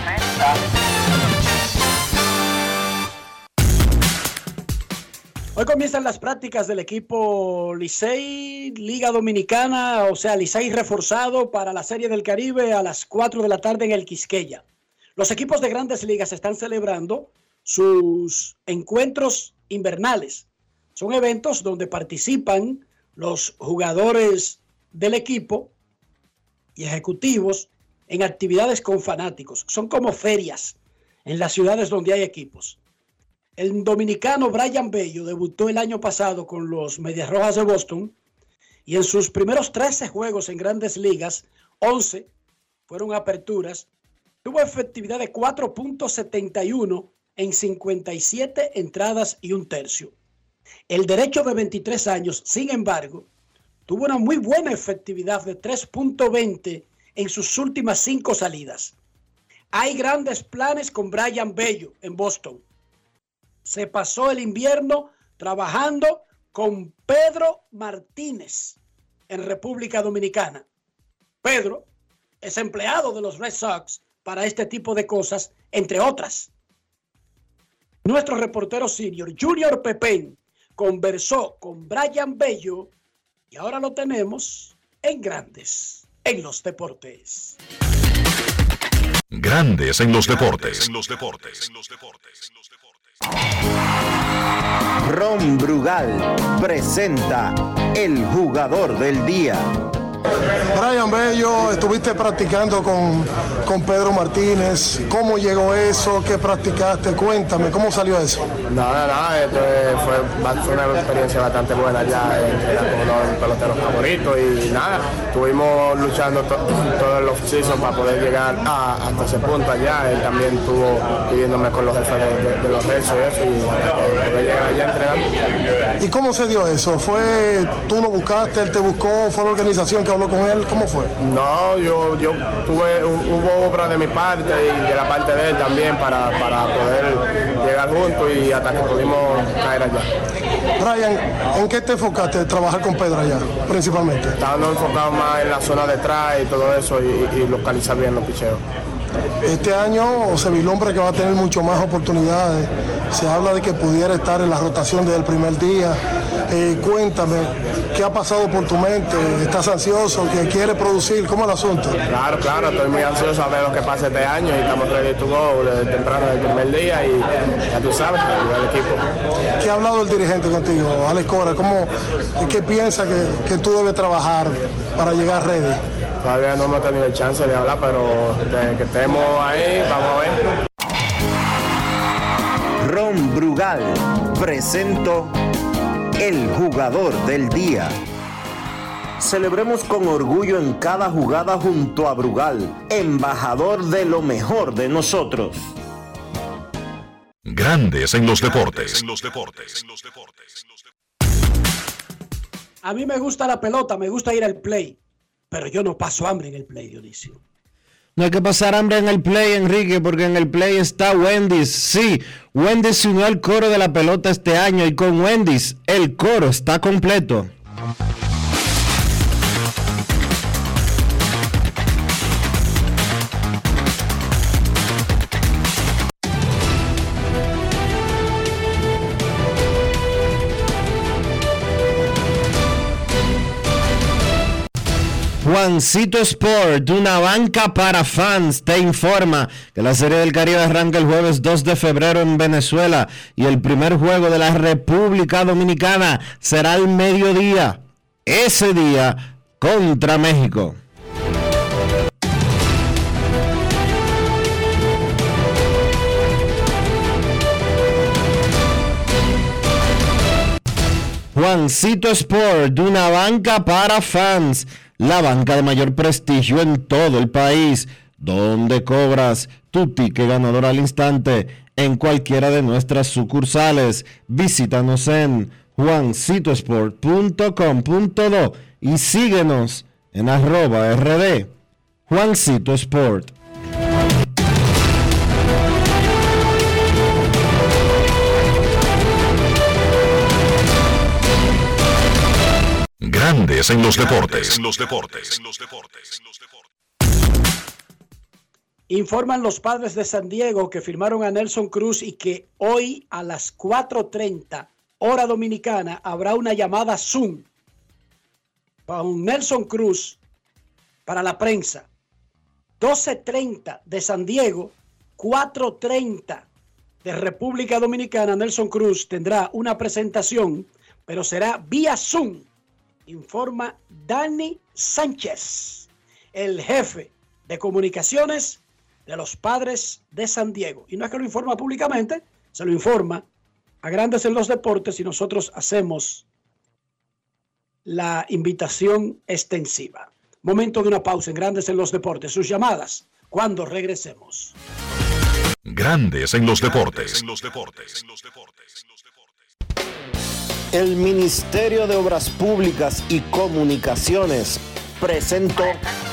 Hoy comienzan las prácticas del equipo Licey, Liga Dominicana, o sea, Licey reforzado para la Serie del Caribe a las 4 de la tarde en el Quisqueya. Los equipos de Grandes Ligas están celebrando sus encuentros invernales. Son eventos donde participan los jugadores del equipo y ejecutivos en actividades con fanáticos. Son como ferias en las ciudades donde hay equipos. El dominicano Brian Bello debutó el año pasado con los Medias Rojas de Boston y en sus primeros 13 juegos en Grandes Ligas, 11 fueron aperturas. Tuvo efectividad de 4.71 en 57 entradas y un tercio. El derecho de 23 años, sin embargo, tuvo una muy buena efectividad de 3.20 en sus últimas 5 salidas. Hay grandes planes con Brian Bello en Boston. Se pasó el invierno trabajando con Pedro Martínez en República Dominicana. Pedro es empleado de los Red Sox para este tipo de cosas, entre otras. Nuestro reportero senior, Junior Pepén, conversó con Brian Bello y ahora lo tenemos en Grandes en los Deportes. Grandes en los Deportes. Ron Brugal presenta el jugador del día. Brian Bello, estuviste practicando con Pedro Martínez. ¿Cómo llegó eso? ¿Qué practicaste? Cuéntame, ¿cómo salió eso? Nada, fue una experiencia bastante buena ya entrenar con uno de mis peloteros favoritos y nada, estuvimos luchando todo el off-season para poder llegar hasta ese punto allá. Él también estuvo pidiéndome con los jefes de los Reds y eso y poder llegar allá entrenando. ¿Y cómo se dio eso? ¿Fue tú lo buscaste, él te buscó, fue la organización que habló con él? ¿Cómo fue? No, yo hubo obra de mi parte y de la parte de él también para poder llegar juntos y hasta que pudimos caer allá. Brian, ¿en qué te enfocaste de trabajar con Pedro allá, principalmente? Estábamos enfocados más en la zona de atrás y todo eso y localizar bien los picheos. Este año se vislumbra que va a tener mucho más oportunidades. Se habla de que pudiera estar en la rotación desde el primer día. Cuéntame, ¿qué ha pasado por tu mente? ¿Estás ansioso? ¿Qué quieres producir? ¿Cómo es el asunto? Claro, estoy muy ansioso a ver lo que pasa este año y estamos ready to go desde temprano del primer día y ya tú sabes, el equipo. ¿Qué ha hablado el dirigente contigo, Alex Cora? ¿Qué piensa que tú debes trabajar para llegar ready? Todavía no hemos tenido el chance de hablar, pero desde que estemos ahí, vamos a ver. Ron Brugal presento el jugador del día. Celebremos con orgullo en cada jugada junto a Brugal, embajador de lo mejor de nosotros. Grandes en los deportes. A mí me gusta la pelota, me gusta ir al play, pero yo no paso hambre en el play, Dionisio. No hay que pasar hambre en el play, Enrique, porque en el play está Wendy's. Sí, Wendy's se unió al coro de la pelota este año y con Wendy's el coro está completo. Juancito Sport, una banca para fans, te informa que la Serie del Caribe arranca el jueves 2 de febrero en Venezuela y el primer juego de la República Dominicana será al mediodía, ese día contra México. Juancito Sport, una banca para fans, la banca de mayor prestigio en todo el país, donde cobras tu ticket ganador al instante en cualquiera de nuestras sucursales. Visítanos en juancitosport.com.do y síguenos en @RD Juancito Sport. Grandes en los deportes. Informan los Padres de San Diego que firmaron a Nelson Cruz y que hoy a las 4:30 hora dominicana habrá una llamada Zoom con Nelson Cruz para la prensa. 12:30 de San Diego, 4:30 de República Dominicana. Nelson Cruz tendrá una presentación, pero será vía Zoom. Informa Dani Sánchez, el jefe de comunicaciones de los Padres de San Diego. Y no es que lo informa públicamente, se lo informa a Grandes en los Deportes y nosotros hacemos la invitación extensiva. Momento de una pausa en Grandes en los Deportes. Sus llamadas cuando regresemos. Grandes en los deportes. El Ministerio de Obras Públicas y Comunicaciones presentó.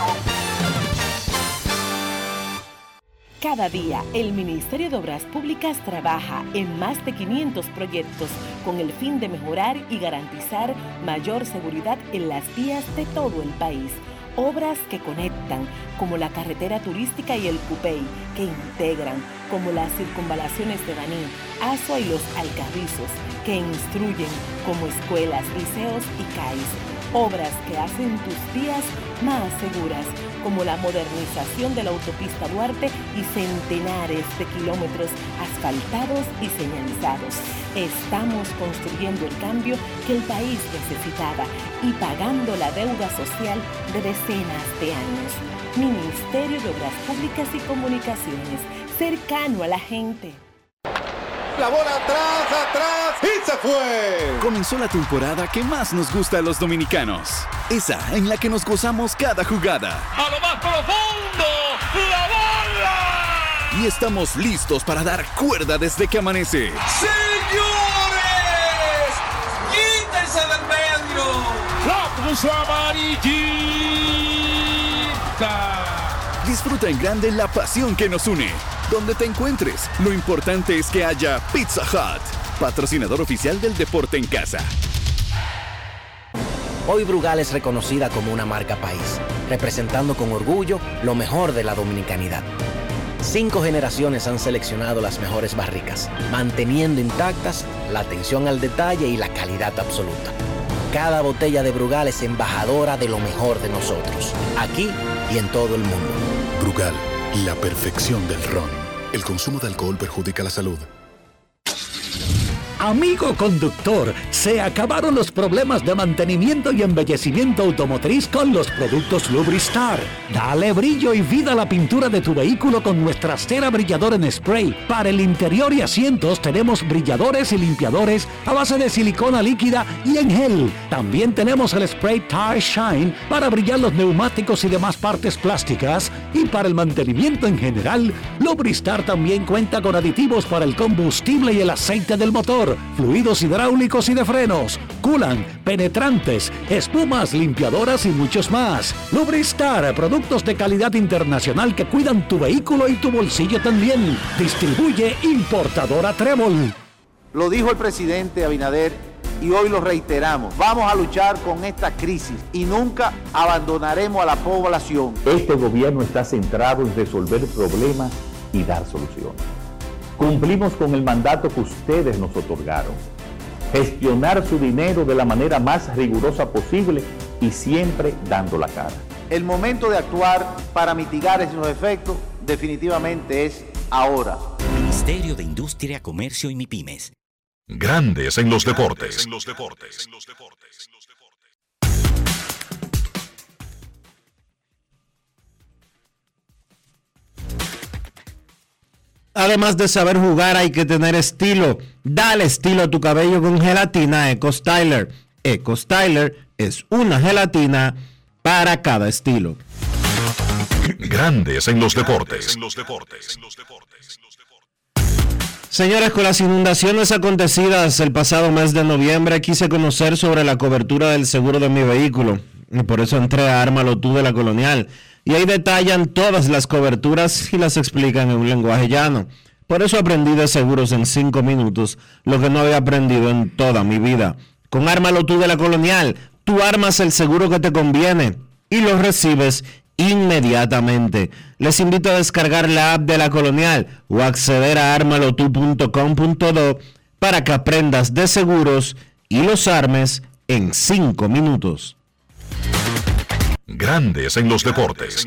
Cada día, el Ministerio de Obras Públicas trabaja en más de 500 proyectos con el fin de mejorar y garantizar mayor seguridad en las vías de todo el país. Obras que conectan, como la carretera turística y el Cupey, que integran, como las circunvalaciones de Baní, Asua y los Alcarrizos, que instruyen, como escuelas, liceos y CAIS. Obras que hacen tus vías más seguras, como la modernización de la autopista Duarte y centenares de kilómetros asfaltados y señalizados. Estamos construyendo el cambio que el país necesitaba y pagando la deuda social de decenas de años. Ministerio de Obras Públicas y Comunicaciones, cercano a la gente. La bola atrás y se fue. Comenzó la temporada que más nos gusta a los dominicanos. Esa en la que nos gozamos cada jugada. A lo más profundo, la bola. Y estamos listos para dar cuerda desde que amanece. ¡Señores! puso amarillita. Disfruta en grande la pasión que nos une. Donde te encuentres, lo importante es que haya Pizza Hut, patrocinador oficial del deporte en casa. Hoy Brugal es reconocida como una marca país, representando con orgullo lo mejor de la dominicanidad. 5 generaciones han seleccionado las mejores barricas, manteniendo intactas la atención al detalle y la calidad absoluta. Cada botella de Brugal es embajadora de lo mejor de nosotros, aquí y en todo el mundo. Brugal, la perfección del ron. El consumo de alcohol perjudica la salud. Amigo conductor, se acabaron los problemas de mantenimiento y embellecimiento automotriz con los productos Lubristar. Dale brillo y vida a la pintura de tu vehículo con nuestra cera brilladora en spray. Para el interior y asientos tenemos brilladores y limpiadores a base de silicona líquida y en gel. También tenemos el spray Tire Shine para brillar los neumáticos y demás partes plásticas. Y para el mantenimiento en general, Lubristar también cuenta con aditivos para el combustible y el aceite del motor, fluidos hidráulicos y de frenos, culan, penetrantes, espumas, limpiadoras y muchos más. Lubristar, productos de calidad internacional que cuidan tu vehículo y tu bolsillo también. Distribuye importadora Trébol. Lo dijo el presidente Abinader y hoy lo reiteramos. Vamos a luchar con esta crisis y nunca abandonaremos a la población. Este gobierno está centrado en resolver problemas y dar soluciones. Cumplimos con el mandato que ustedes nos otorgaron. Gestionar su dinero de la manera más rigurosa posible y siempre dando la cara. El momento de actuar para mitigar esos efectos definitivamente es ahora. Ministerio de Industria, Comercio y MIPYMES. Grandes en los deportes. Además de saber jugar, hay que tener estilo. Dale estilo a tu cabello con gelatina Eco Styler. Eco Styler es una gelatina para cada estilo. Grandes en los deportes. Señores, con las inundaciones acontecidas el pasado mes de noviembre, quise conocer sobre la cobertura del seguro de mi vehículo. Y por eso entré a Ármalo Tú de la Colonial. Y ahí detallan todas las coberturas y las explican en un lenguaje llano. Por eso aprendí de seguros en 5 minutos, lo que no había aprendido en toda mi vida. Con Ármalo Tú de la Colonial, tú armas el seguro que te conviene y lo recibes inmediatamente. Les invito a descargar la app de la Colonial o acceder a armalotu.com.do para que aprendas de seguros y los armes en 5 minutos. Grandes en los deportes.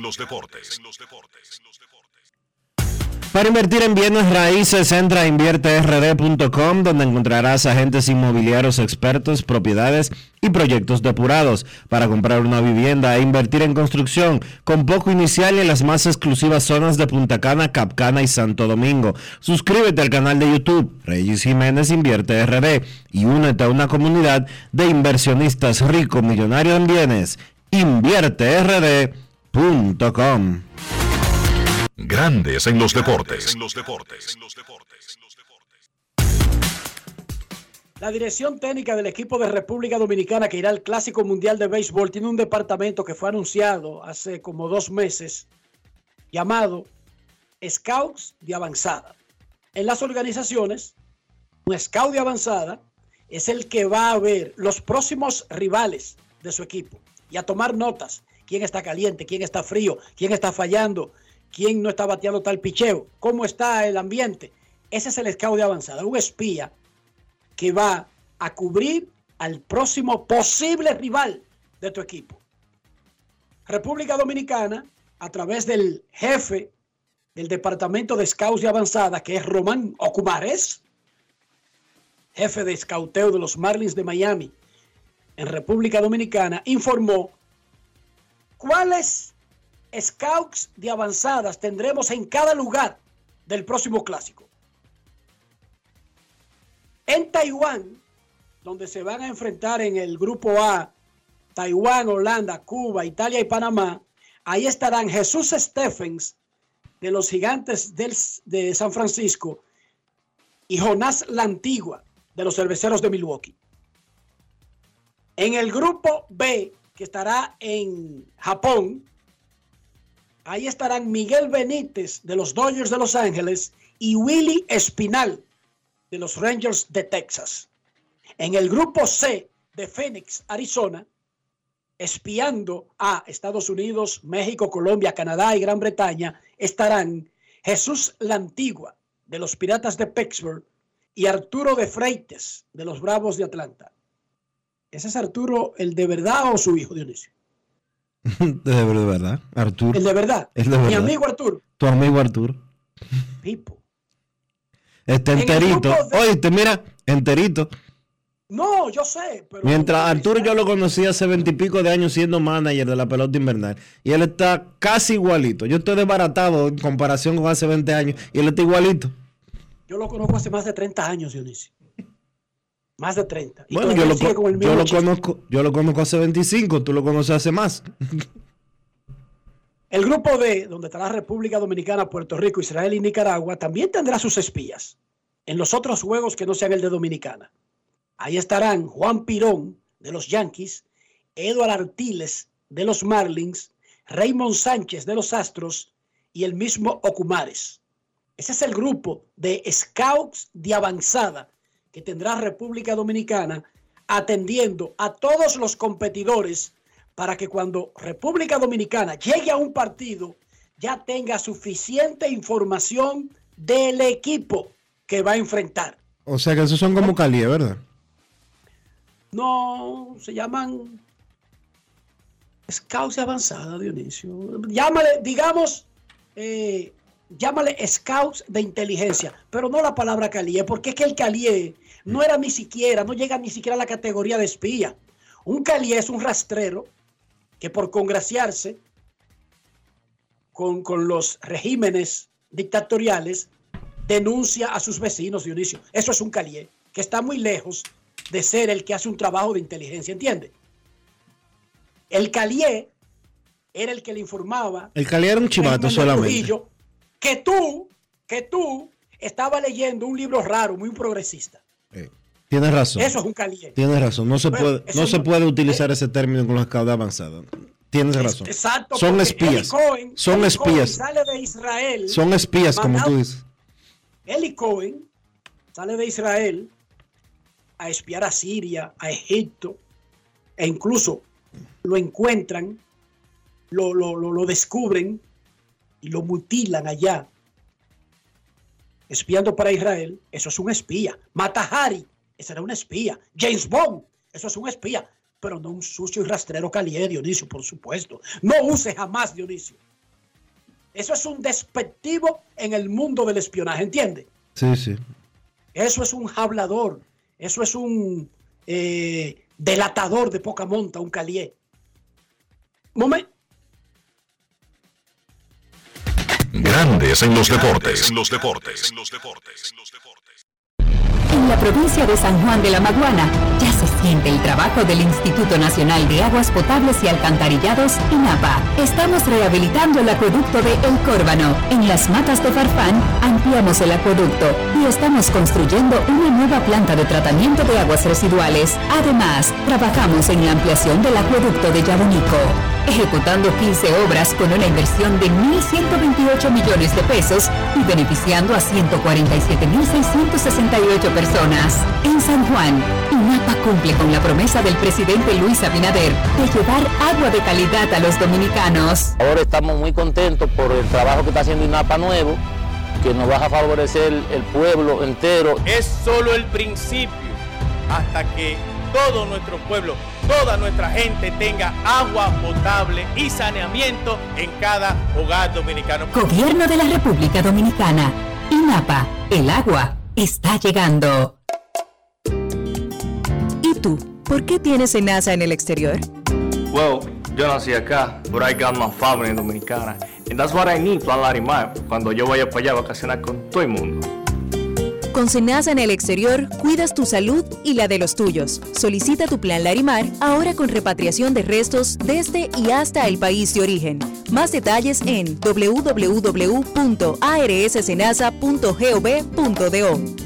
Para invertir en bienes raíces, entra a invierterd.com, donde encontrarás agentes inmobiliarios expertos, propiedades y proyectos depurados para comprar una vivienda e invertir en construcción con poco inicial y en las más exclusivas zonas de Punta Cana, Capcana y Santo Domingo. Suscríbete al canal de YouTube Reyes Jiménez Invierte RD y únete a una comunidad de inversionistas ricos, millonarios en bienes. invierterd.com. Grandes en los deportes. La dirección técnica del equipo de República Dominicana que irá al Clásico Mundial de Béisbol tiene un departamento que fue anunciado hace como 2 meses llamado Scouts de Avanzada. En las organizaciones, un Scout de Avanzada es el que va a ver los próximos rivales de su equipo y a tomar notas. ¿Quién está caliente? ¿Quién está frío? ¿Quién está fallando? ¿Quién no está bateando tal picheo? ¿Cómo está el ambiente? Ese es el scout de avanzada, un espía que va a cubrir al próximo posible rival de tu equipo. República Dominicana, a través del jefe del departamento de scouts de avanzada, que es Román Ocumares, jefe de escauteo de los Marlins de Miami en República Dominicana, informó cuáles scouts de avanzadas tendremos en cada lugar del próximo clásico. En Taiwán, donde se van a enfrentar en el grupo A, Taiwán, Holanda, Cuba, Italia y Panamá, ahí estarán Jesús Stephens de los Gigantes de San Francisco y Jonás La Antigua de los Cerveceros de Milwaukee. En el grupo B, que estará en Japón. Ahí estarán Miguel Benítez de los Dodgers de Los Ángeles y Willy Espinal de los Rangers de Texas. En el grupo C de Phoenix, Arizona, espiando a Estados Unidos, México, Colombia, Canadá y Gran Bretaña, estarán Jesús Lantigua de los Piratas de Pittsburgh y Arturo de Freites de los Bravos de Atlanta. ¿Ese es Arturo el de verdad o su hijo, Dionisio? De verdad, Arturo. El de verdad. Es de verdad. Mi amigo Arturo. Tu amigo Arturo. Pipo. Está enterito. Oíste, mira, enterito. No, yo sé. Pero mientras Arturo yo lo conocí hace 20 y pico de años siendo manager de la pelota invernal. Y él está casi igualito. Yo estoy desbaratado en comparación con hace 20 años. Y él está igualito. Yo lo conozco hace más de 30 años, Dionisio. Más de 30. Y bueno, yo lo conozco hace 25. Tú lo conoces hace más. El grupo D, donde estará República Dominicana, Puerto Rico, Israel y Nicaragua, también tendrá sus espías en los otros juegos que no sean el de Dominicana. Ahí estarán Juan Pirón de los Yankees, Eduard Artiles de los Marlins, Raymond Sánchez de los Astros y el mismo Okumares. Ese es el grupo de scouts de avanzada que tendrá República Dominicana atendiendo a todos los competidores para que cuando República Dominicana llegue a un partido ya tenga suficiente información del equipo que va a enfrentar. O sea que esos son como Cali, ¿verdad? No, se llaman scouts de avanzada, Dionisio. Llámale, digamos, llámale scouts de inteligencia, pero no la palabra Calié, porque es que el Calié no era ni siquiera, no llega ni siquiera a la categoría de espía. Un Calié es un rastrero que por congraciarse con los regímenes dictatoriales denuncia a sus vecinos, Dionisio. Eso es un Calié, que está muy lejos de ser el que hace un trabajo de inteligencia, ¿entiende? El Calié era el que le informaba. El Calié era un chivato solamente. Trujillo, que tú estabas leyendo un libro raro, muy progresista. Tienes razón. Eso es un Calié. Tienes razón. No se puede utilizar ese término con los scouts de avanzada. Tienes razón. Exacto. Son espías. Son espías. Sale de Israel. Son espías, como tú dices. Eli Cohen sale de Israel a espiar a Siria, a Egipto, e incluso lo encuentran, lo descubren y lo mutilan allá, espiando para Israel. Eso es un espía. Mata Hari, ese era un espía. James Bond, eso es un espía, pero no un sucio y rastrero Calié, Dionisio, por supuesto. No use jamás, Dionisio. Eso es un despectivo en el mundo del espionaje, ¿entiende? Sí, sí. Eso es un hablador. Eso es un delatador de poca monta, un Calié. Grandes en los deportes. En la provincia de San Juan de la Maguana ya se siente el trabajo del Instituto Nacional de Aguas Potables y Alcantarillados, INAPA. Estamos rehabilitando el acueducto de El Córbano. En las Matas de Farfán ampliamos el acueducto y estamos construyendo una nueva planta de tratamiento de aguas residuales. Además, trabajamos en la ampliación del acueducto de Yabunico, ejecutando 15 obras con una inversión de 1.128 millones de pesos y beneficiando a 147.668 personas. En San Juan, INAPA cumple con la promesa del presidente Luis Abinader de llevar agua de calidad a los dominicanos. Ahora estamos muy contentos por el trabajo que está haciendo INAPA nuevo, que nos va a favorecer el pueblo entero. Es solo el principio hasta que todo nuestro pueblo, toda nuestra gente tenga agua potable y saneamiento en cada hogar dominicano. Gobierno de la República Dominicana. INAPA, el agua está llegando. ¿Y tú? ¿Por qué tienes SENASA en el exterior? Well, yo nací acá, but I got my family dominicana. And that's what I need, Plan Larimar, cuando yo vaya para allá a vacacionar con todo el mundo. Con SENASA en el exterior, cuidas tu salud y la de los tuyos. Solicita tu plan Larimar ahora con repatriación de restos desde y hasta el país de origen. Más detalles en www.arssenasa.gov.do.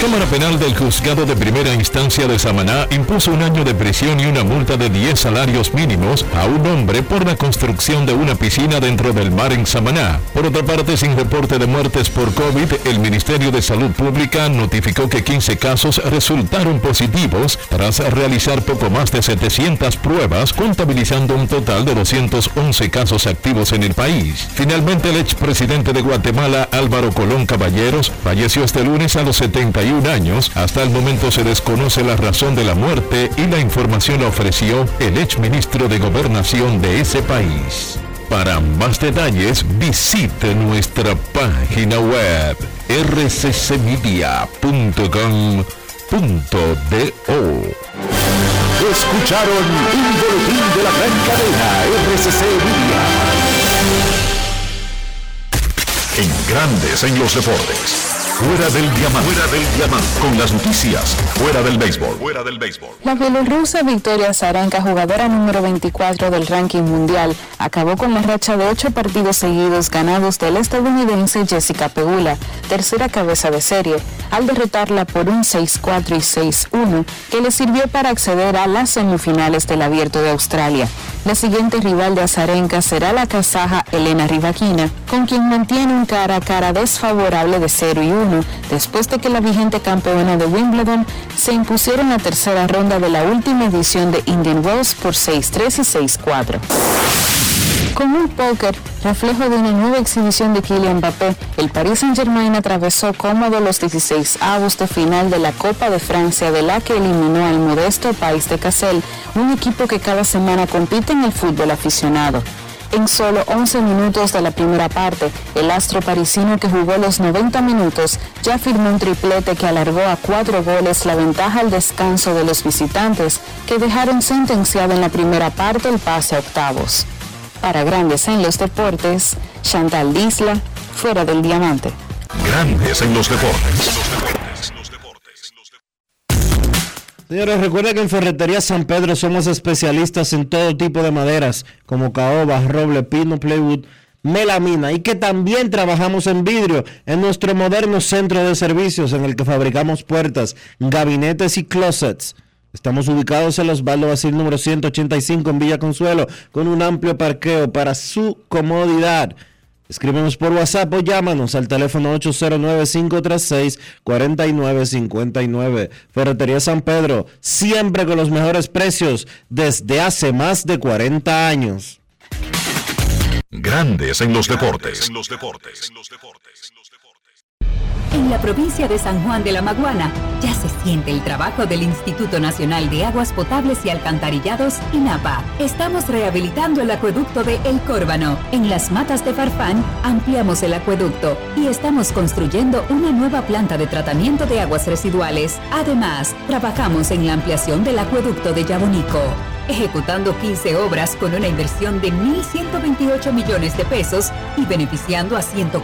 Cámara Penal del Juzgado de Primera Instancia de Samaná impuso 1 año de prisión y una multa de 10 salarios mínimos a un hombre por la construcción de una piscina dentro del mar en Samaná. Por otra parte, sin reporte de muertes por COVID, el Ministerio de Salud Pública notificó que 15 casos resultaron positivos tras realizar poco más de 700 pruebas, contabilizando un total de 211 casos activos en el país. Finalmente, el expresidente de Guatemala, Álvaro Colón Caballeros, falleció este lunes a los 71 años. Hasta el momento se desconoce la razón de la muerte y la información la ofreció el exministro de Gobernación de ese país. Para más detalles, visite nuestra página web rccmedia.com.do. Escucharon un boletín de la gran cadena RCC Media. En Grandes en los Deportes. Fuera del diamante. Fuera del diamante. Con las noticias. Fuera del béisbol. Fuera del béisbol. La bielorrusa Victoria Azarenka, jugadora número 24 del ranking mundial, acabó con la racha de 8 partidos seguidos ganados del estadounidense Jessica Pegula, tercera cabeza de serie, al derrotarla por un 6-4 y 6-1, que le sirvió para acceder a las semifinales del Abierto de Australia. La siguiente rival de Azarenka será la kazaja Elena Rybakina, con quien mantiene un cara a cara desfavorable de 0-1, después de que la vigente campeona de Wimbledon se impusiera en la tercera ronda de la última edición de Indian Wells por 6-3 y 6-4. Con un póker, reflejo de una nueva exhibición de Kylian Mbappé, el Paris Saint-Germain atravesó cómodo los 16avos de final de la Copa de Francia, de la que eliminó al modesto Pays de Cassel, un equipo que cada semana compite en el fútbol aficionado. En solo 11 minutos de la primera parte, el astro parisino, que jugó los 90 minutos, ya firmó un triplete que alargó a 4 goles la ventaja al descanso de los visitantes, que dejaron sentenciado en la primera parte el pase a octavos. Para Grandes en los Deportes, Chantal Disla, Fuera del Diamante. Grandes en los Deportes. Señores, recuerden que en Ferretería San Pedro somos especialistas en todo tipo de maderas, como caoba, roble, pino, plywood, melamina, y que también trabajamos en vidrio en nuestro moderno centro de servicios en el que fabricamos puertas, gabinetes y closets. Estamos ubicados en Osvaldo Basil número 185 en Villa Consuelo, con un amplio parqueo para su comodidad. Escríbenos por WhatsApp o llámanos al teléfono 809-536-4959. Ferretería San Pedro, siempre con los mejores precios desde hace más de 40 años. Grandes en los Deportes. En la provincia de San Juan de la Maguana ya se siente el trabajo del Instituto Nacional de Aguas Potables y Alcantarillados, INAPA. Estamos rehabilitando el acueducto de El Córbano. En Las Matas de Farfán ampliamos el acueducto y estamos construyendo una nueva planta de tratamiento de aguas residuales. Además, trabajamos en la ampliación del acueducto de Yabonico, ejecutando 15 obras con una inversión de 1.128 millones de pesos y beneficiando a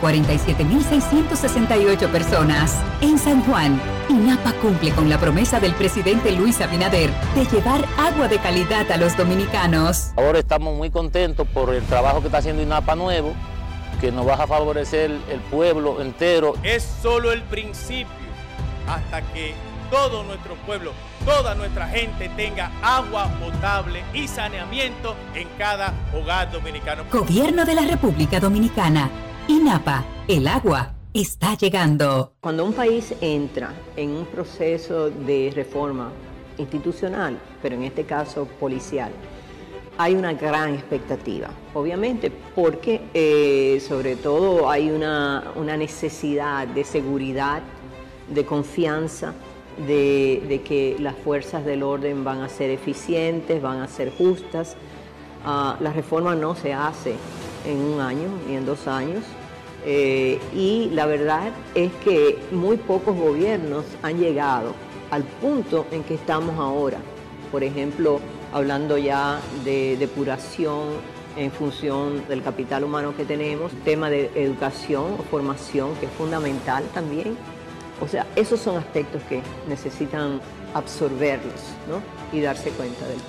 147.668 personas. En San Juan, INAPA cumple con la promesa del presidente Luis Abinader de llevar agua de calidad a los dominicanos. Ahora estamos muy contentos por el trabajo que está haciendo INAPA nuevo, que nos va a favorecer el pueblo entero. Es solo el principio, hasta que todo nuestro pueblo, toda nuestra gente tenga agua potable y saneamiento en cada hogar dominicano. Gobierno de la República Dominicana. INAPA, el agua está llegando. Cuando un país entra en un proceso de reforma institucional, pero en este caso policial, hay una gran expectativa, obviamente, porque sobre todo hay una necesidad de seguridad, de confianza, de que las fuerzas del orden van a ser eficientes, van a ser justas. La reforma no se hace en un año ni en 2 años, y la verdad es que muy pocos gobiernos han llegado al punto en que estamos ahora. Por ejemplo, hablando ya de depuración en función del capital humano que tenemos, tema de educación o formación, que es fundamental también. O sea, esos son aspectos que necesitan absorberlos, ¿no? Y darse cuenta del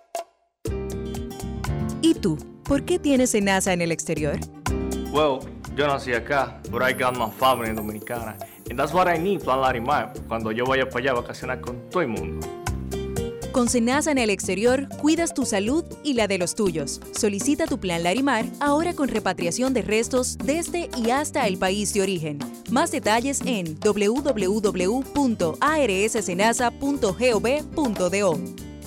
¿Y tú? ¿Por qué tienes SENASA en el exterior? Well, Yo nací acá, but I got my family dominicana. And that's what I need, Plan Larimar, cuando yo vaya para allá a vacacionar con todo el mundo. Con Senasa en el exterior, cuidas tu salud y la de los tuyos. Solicita tu plan Larimar ahora con repatriación de restos desde y hasta el país de origen. Más detalles en www.arssenasa.gov.do.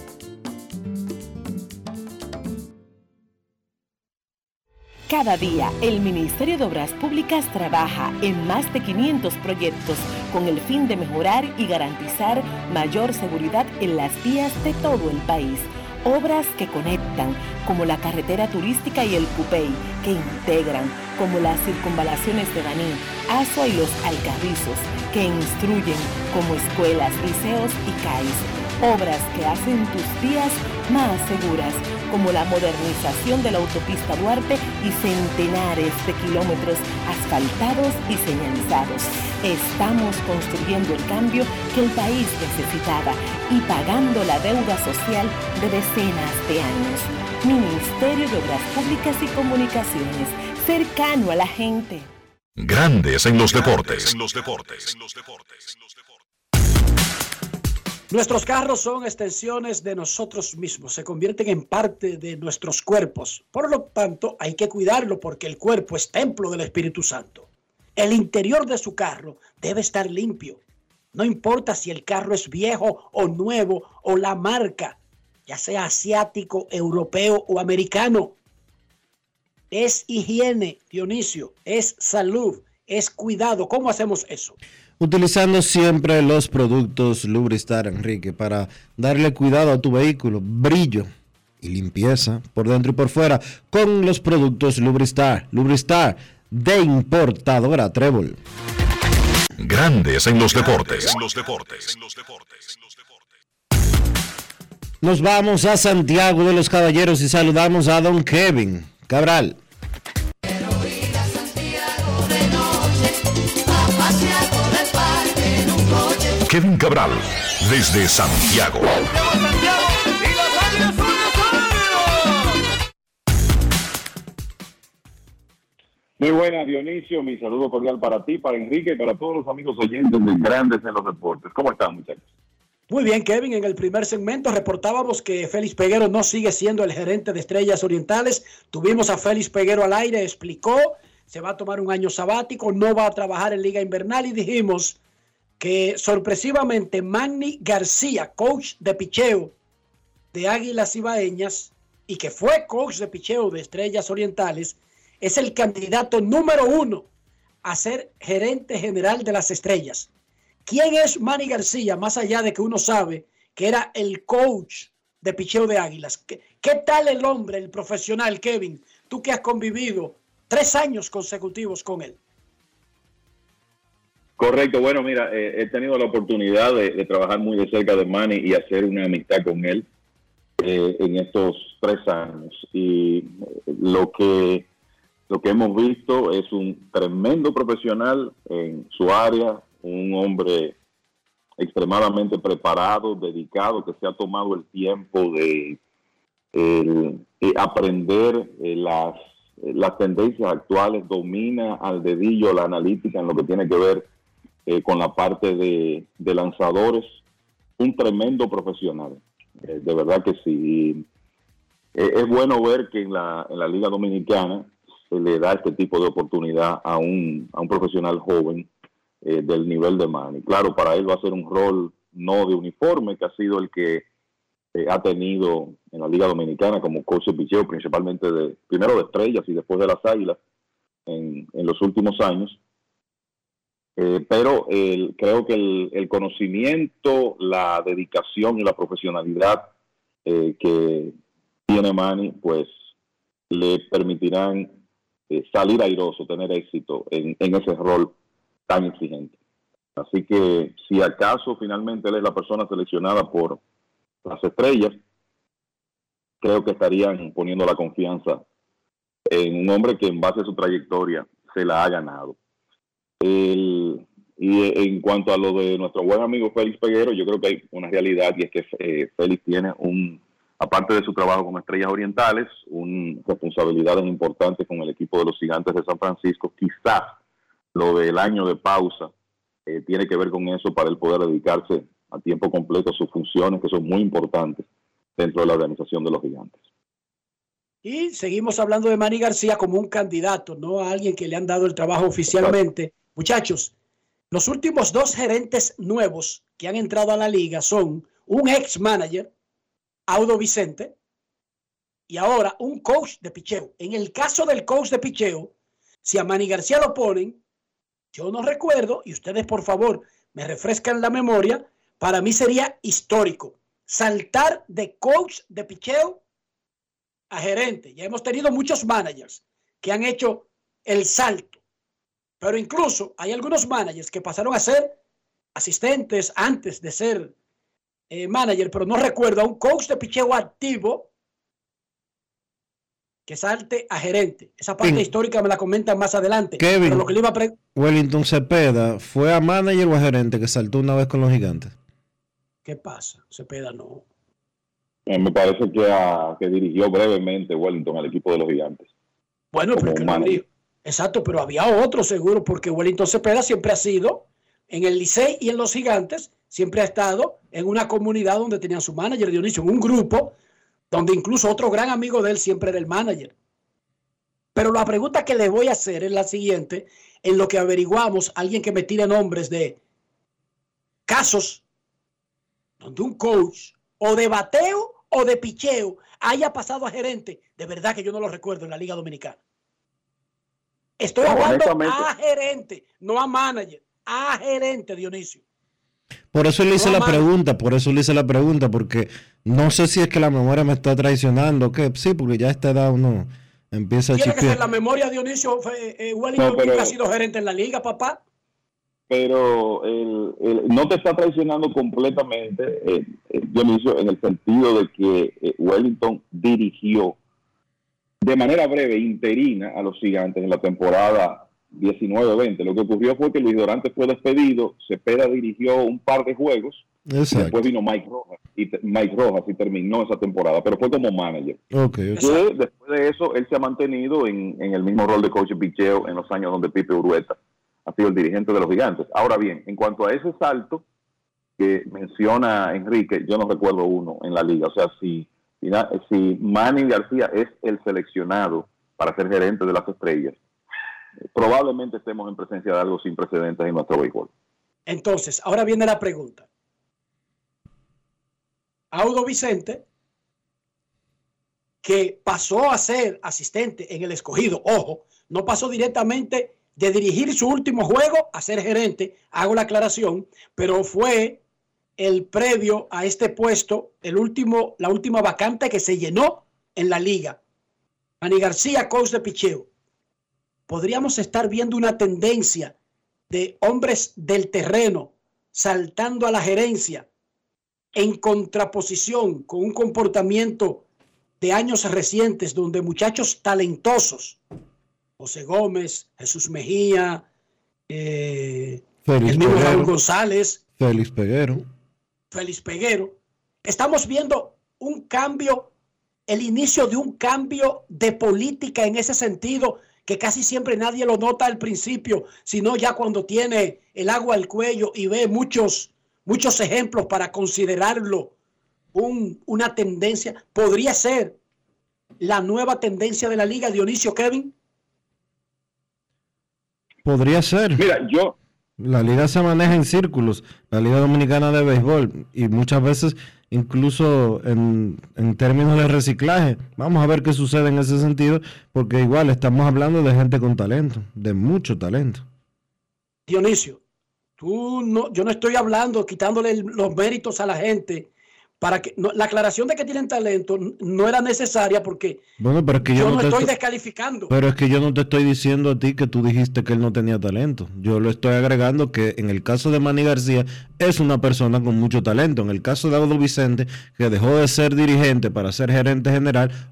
Cada día, el Ministerio de Obras Públicas trabaja en más de 500 proyectos con el fin de mejorar y garantizar mayor seguridad en las vías de todo el país. Obras que conectan, como la carretera turística y el Cupey, que integran, como las circunvalaciones de Baní, Azua y los Alcarrizos, que instruyen, como escuelas, liceos y CAIS. Obras que hacen tus vías más seguras, como la modernización de la autopista Duarte y centenares de kilómetros asfaltados y señalizados. Estamos construyendo el cambio que el país necesitaba y pagando la deuda social de decenas de años. Ministerio de Obras Públicas y Comunicaciones, cercano a la gente. Grandes en los deportes. Nuestros carros son extensiones de nosotros mismos, se convierten en parte de nuestros cuerpos. Por lo tanto, hay que cuidarlo porque el cuerpo es templo del Espíritu Santo. El interior de su carro debe estar limpio. No importa si el carro es viejo o nuevo o la marca, ya sea asiático, europeo o americano. Es higiene, Dionisio, es salud, es cuidado. ¿Cómo hacemos eso? Utilizando siempre los productos Lubristar, Enrique, para darle cuidado a tu vehículo, brillo y limpieza por dentro y por fuera con los productos Lubristar. Lubristar de importadora Trébol. Grandes en los deportes. Nos vamos a Santiago de los Caballeros y saludamos a don Kevin Cabral. Kevin Cabral, desde Santiago. Muy buenas, Dionisio. Mi saludo cordial para ti, para Enrique y para todos los amigos oyentes de Grandes en los Deportes. ¿Cómo están, muchachos? Muy bien, Kevin. En el primer segmento reportábamos que Félix Peguero no sigue siendo el gerente de Estrellas Orientales. Tuvimos a Félix Peguero al aire, explicó, se va a tomar un año sabático, no va a trabajar en Liga Invernal y dijimos que sorpresivamente Manny García, coach de picheo de Águilas Ibaeñas y que fue coach de picheo de Estrellas Orientales, es el candidato número 1 a ser gerente general de las Estrellas. ¿Quién es Manny García? Más allá de que uno sabe que era el coach de picheo de Águilas. ¿Qué tal el hombre, el profesional, Kevin? Tú que has convivido 3 años consecutivos con él. Correcto, bueno, mira, he tenido la oportunidad de trabajar muy de cerca de Manny y hacer una amistad con él en estos 3 años. Y lo que hemos visto es un tremendo profesional en su área, un hombre extremadamente preparado, dedicado, que se ha tomado el tiempo de aprender las tendencias actuales, domina al dedillo la analítica en lo que tiene que ver con la parte de lanzadores, un tremendo profesional, de verdad que sí. Es bueno ver que en la Liga Dominicana se le da este tipo de oportunidad a un profesional joven del nivel de Manny. Claro, para él va a ser un rol no de uniforme, que ha sido el que ha tenido en la Liga Dominicana como coach de picheo, principalmente primero de Estrellas y después de las Águilas en los últimos años. Pero creo que el conocimiento, la dedicación y la profesionalidad que tiene Manny, pues le permitirán salir airoso, tener éxito en ese rol tan exigente. Así que si acaso finalmente él es la persona seleccionada por las Estrellas, creo que estarían poniendo la confianza en un hombre que en base a su trayectoria se la ha ganado. Y en cuanto a lo de nuestro buen amigo Félix Peguero, yo creo que hay una realidad y es que Félix tiene un aparte de su trabajo con Estrellas Orientales, responsabilidades importantes con el equipo de los Gigantes de San Francisco. Quizás lo del año de pausa tiene que ver con eso para él poder dedicarse a tiempo completo a sus funciones, que son muy importantes dentro de la organización de los Gigantes. Y seguimos hablando de Manny García como un candidato, no a alguien que le han dado el trabajo oficialmente. Muchachos, los últimos 2 gerentes nuevos que han entrado a la liga son un ex manager, Audo Vicente, y ahora un coach de picheo. En el caso del coach de picheo, si a Manny García lo ponen, yo no recuerdo, y ustedes por favor me refrescan la memoria, para mí sería histórico saltar de coach de picheo a gerente. Ya hemos tenido muchos managers que han hecho el salto, pero incluso hay algunos managers que pasaron a ser asistentes antes de ser manager, pero no recuerdo a un coach de picheo activo que salte a gerente. Esa parte histórica me la comentan más adelante. Kevin, pero lo que le iba a Wellington Cepeda, ¿fue a manager o a gerente que saltó una vez con los Gigantes? ¿Qué pasa? Cepeda no. Me parece que dirigió brevemente Wellington al equipo de los Gigantes. Bueno, pero exacto, pero había otro seguro, porque Wellington Cepeda siempre ha sido en el Licey y en los Gigantes, siempre ha estado en una comunidad donde tenían su manager, Dionisio, en un grupo donde incluso otro gran amigo de él siempre era el manager. Pero la pregunta que le voy a hacer es la siguiente, en lo que averiguamos, alguien que me tire nombres de casos donde un coach o de bateo o de picheo haya pasado a gerente. De verdad que yo no lo recuerdo en la Liga Dominicana. Estoy hablando a gerente, no a manager, a gerente, Dionisio. Por eso le hice la pregunta, porque no sé si es que la memoria me está traicionando, que sí, porque ya a esta edad uno empieza a chipear. Tiene que ser la memoria, Dionisio. Wellington nunca ha sido gerente en la liga, papá. Pero no te está traicionando completamente, Dionisio, en el sentido de que Wellington dirigió de manera breve, interina, a los Gigantes en la temporada 19-20. Lo que ocurrió fue que Luis Dorante fue despedido, Cepeda dirigió un par de juegos, después vino Mike Rojas y terminó esa temporada, pero fue como manager. Después de eso, él se ha mantenido en el mismo rol de coach de picheo en los años donde Pipe Urueta ha sido el dirigente de los Gigantes. Ahora bien, en cuanto a ese salto que menciona Enrique, yo no recuerdo uno en la liga. O sea, si Manny García es el seleccionado para ser gerente de las Estrellas, probablemente estemos en presencia de algo sin precedentes en nuestro béisbol. Entonces, ahora viene la pregunta. Audo Vicente, que pasó a ser asistente en el Escogido, ojo, no pasó directamente de dirigir su último juego a ser gerente, hago la aclaración, pero fue el previo a este puesto, la última vacante que se llenó en la liga. Manny García, coach de picheo. Podríamos estar viendo una tendencia de hombres del terreno saltando a la gerencia en contraposición con un comportamiento de años recientes donde muchachos talentosos, José Gómez, Jesús Mejía, el mismo Raúl González, Félix Peguero, estamos viendo un cambio, el inicio de un cambio de política en ese sentido, que casi siempre nadie lo nota al principio, sino ya cuando tiene el agua al cuello y ve muchos ejemplos para considerarlo una tendencia. ¿Podría ser la nueva tendencia de la liga, Dionisio, Kevin? Podría ser. Mira, la liga se maneja en círculos, la Liga Dominicana de Béisbol, y muchas veces incluso en términos de reciclaje. Vamos a ver qué sucede en ese sentido, porque igual estamos hablando de gente con talento, de mucho talento. Dionisio, yo no estoy hablando, quitándole los méritos a la gente, para que la aclaración de que tienen talento no era necesaria, porque pero es que yo no estoy descalificando. Pero es que yo no te estoy diciendo a ti que tú dijiste que él no tenía talento. Yo lo estoy agregando que en el caso de Manny García es una persona con mucho talento. En el caso de Audo Vicente, que dejó de ser dirigente para ser gerente general,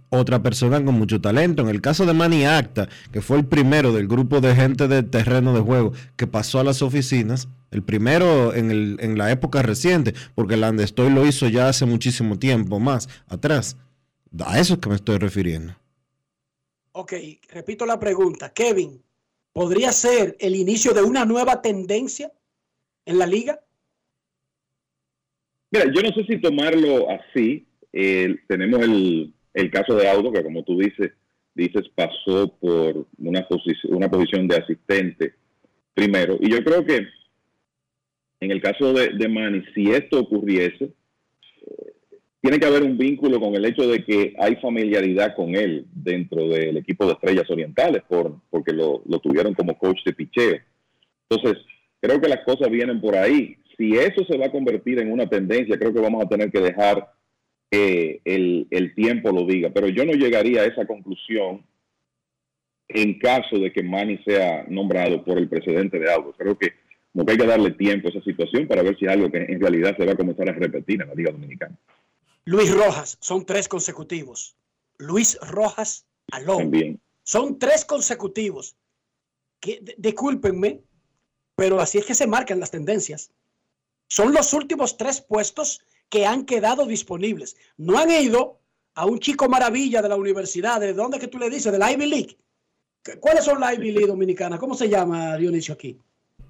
otra persona con mucho talento. En el caso de Manny Acta, que fue el primero del grupo de gente de terreno de juego que pasó a las oficinas, el primero en la época reciente, porque Landestoi lo hizo ya hace muchísimo tiempo más atrás. A eso es que me estoy refiriendo. Ok, repito la pregunta. Kevin, ¿podría ser el inicio de una nueva tendencia en la liga? Mira, yo no sé si tomarlo así. Tenemos el caso de Audo, que como tú dices pasó por una posición de asistente primero. Y yo creo que en el caso de Manny, si esto ocurriese, tiene que haber un vínculo con el hecho de que hay familiaridad con él dentro del equipo de Estrellas Orientales, porque lo tuvieron como coach de picheo. Entonces, creo que las cosas vienen por ahí. Si eso se va a convertir en una tendencia, creo que vamos a tener que dejar que el tiempo lo diga. Pero yo no llegaría a esa conclusión en caso de que Manny sea nombrado por el precedente de Audo. Creo que hay que darle tiempo a esa situación para ver si es algo que en realidad se va a comenzar a repetir en la Liga Dominicana. Luis Rojas, son 3 consecutivos. Luis Rojas alone. También. Son 3 consecutivos. Discúlpenme, pero así es que se marcan las tendencias. Son los últimos 3 puestos que han quedado disponibles. No han ido a un chico maravilla de la universidad. ¿De dónde que tú le dices? ¿De la Ivy League? ¿Cuáles son la Ivy League dominicana? ¿Cómo se llama, Dionisio, aquí?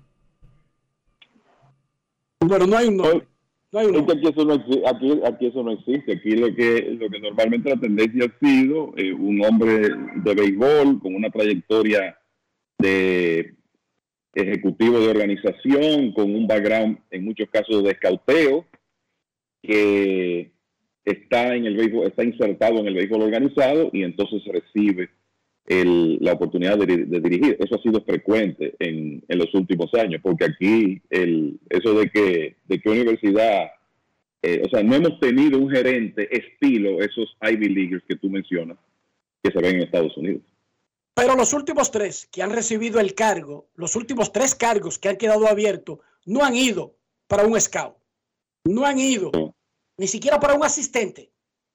Bueno, no hay un nombre. No hay un nombre. Aquí eso no existe. Aquí lo que normalmente la tendencia ha sido un hombre de béisbol con una trayectoria de ejecutivo de organización, con un background en muchos casos de escauteo, que está en el béisbol, está insertado en el béisbol organizado y entonces recibe la oportunidad de dirigir. Eso ha sido frecuente en los últimos años, porque aquí eso de que universidad, o sea, no hemos tenido un gerente estilo esos Ivy Leaguers que tú mencionas, que se ven en Estados Unidos. Pero los últimos 3 que han recibido el cargo, los últimos 3 cargos que han quedado abiertos, no han ido para un scout. No han ido ni siquiera para un asistente.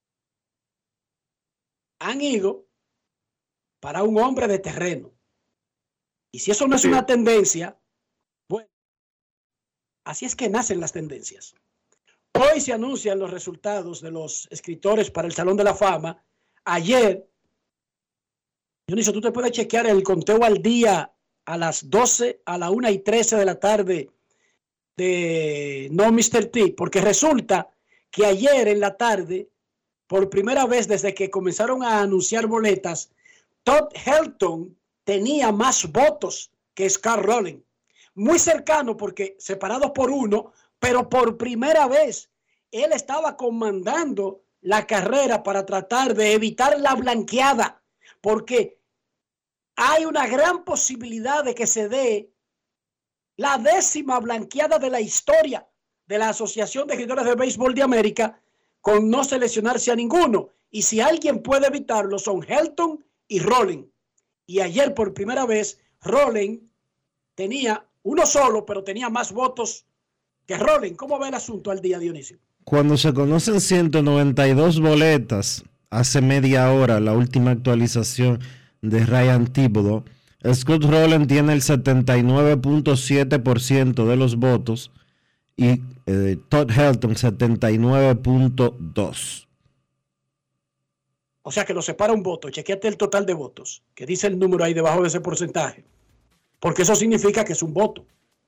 Han ido para un hombre de terreno. Y si eso no es una tendencia, bueno, así es que nacen las tendencias. Hoy se anuncian los resultados de los escritores para el Salón de la Fama. Ayer, Dionisio, tú te puedes chequear el conteo al día a las 12, a la 1:13 de la tarde de No Mr. T, porque resulta que ayer en la tarde, por primera vez desde que comenzaron a anunciar boletas, Todd Helton tenía más votos que Scott Rowland. Muy cercano porque separados por 1, pero por primera vez él estaba comandando la carrera para tratar de evitar la blanqueada, porque hay una gran posibilidad de que se dé la 10ª blanqueada de la historia de la Asociación de Escritores de Béisbol de América, con no seleccionarse a ninguno. Y si alguien puede evitarlo, son Helton y Rowland. Y ayer por primera vez Rowland tenía uno solo, pero tenía más votos que Rowland. ¿Cómo va el asunto al día, Dionisio? Cuando se conocen 192 boletas, hace media hora, la última actualización de Ryan Thibodeau, Scott Rowland tiene el 79.7% de los votos y Todd Helton 79.2%. O sea que lo separa un voto. Chequéate el total de votos, que dice el número ahí debajo de ese porcentaje, porque eso significa que es un voto.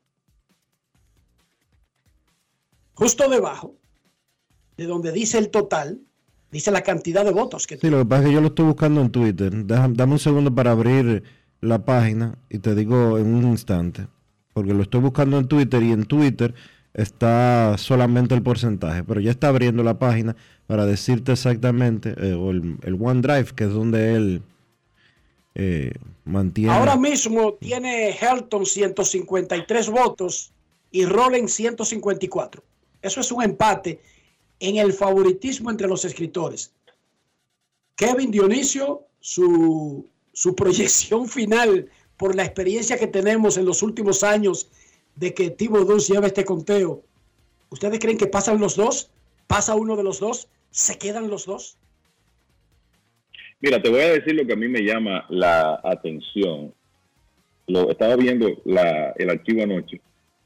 Justo debajo de donde dice el total, dice la cantidad de votos que tiene. Sí, lo que pasa es que yo lo estoy buscando en Twitter. Dame un segundo para abrir la página y te digo en un instante, porque lo estoy buscando en Twitter y en Twitter está solamente el porcentaje, pero ya está abriendo la página para decirte exactamente, o el OneDrive, que es donde él mantiene. Ahora mismo tiene Helton 153 votos y Rowland 154. Eso es un empate en el favoritismo entre los escritores. Kevin, Dionisio, su proyección final por la experiencia que tenemos en los últimos años de que Thibodeau lleva este conteo. ¿Ustedes creen que pasan los dos? ¿Pasa uno de los dos? ¿Se quedan los dos? Mira, te voy a decir lo que a mí me llama la atención. Estaba viendo el archivo anoche.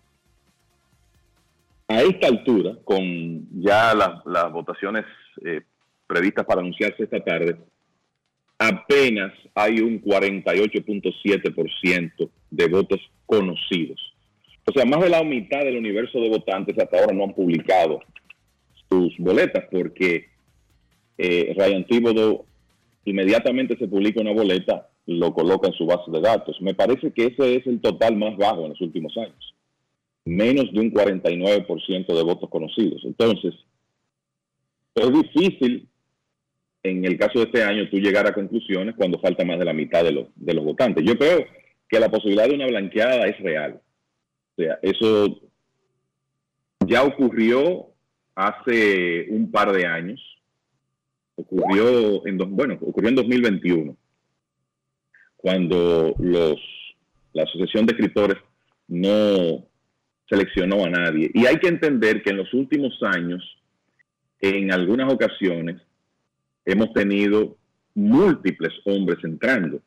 A esta altura, con ya las votaciones previstas para anunciarse esta tarde, apenas hay un 48.7% de votos conocidos. O sea, más de la mitad del universo de votantes hasta ahora no han publicado sus boletas porque Ryan Thibodeau inmediatamente se publica una boleta, lo coloca en su base de datos. Me parece que ese es el total más bajo en los últimos años. Menos de un 49% de votos conocidos. Entonces, es difícil, en el caso de este año, tú llegar a conclusiones cuando falta más de la mitad de los votantes. Yo creo que la posibilidad de una blanqueada es real. O sea, eso ya ocurrió hace un par de años. Ocurrió en 2021, cuando la Asociación de Escritores no seleccionó a nadie. Y hay que entender que en los últimos años, en algunas ocasiones, hemos tenido múltiples hombres entrando.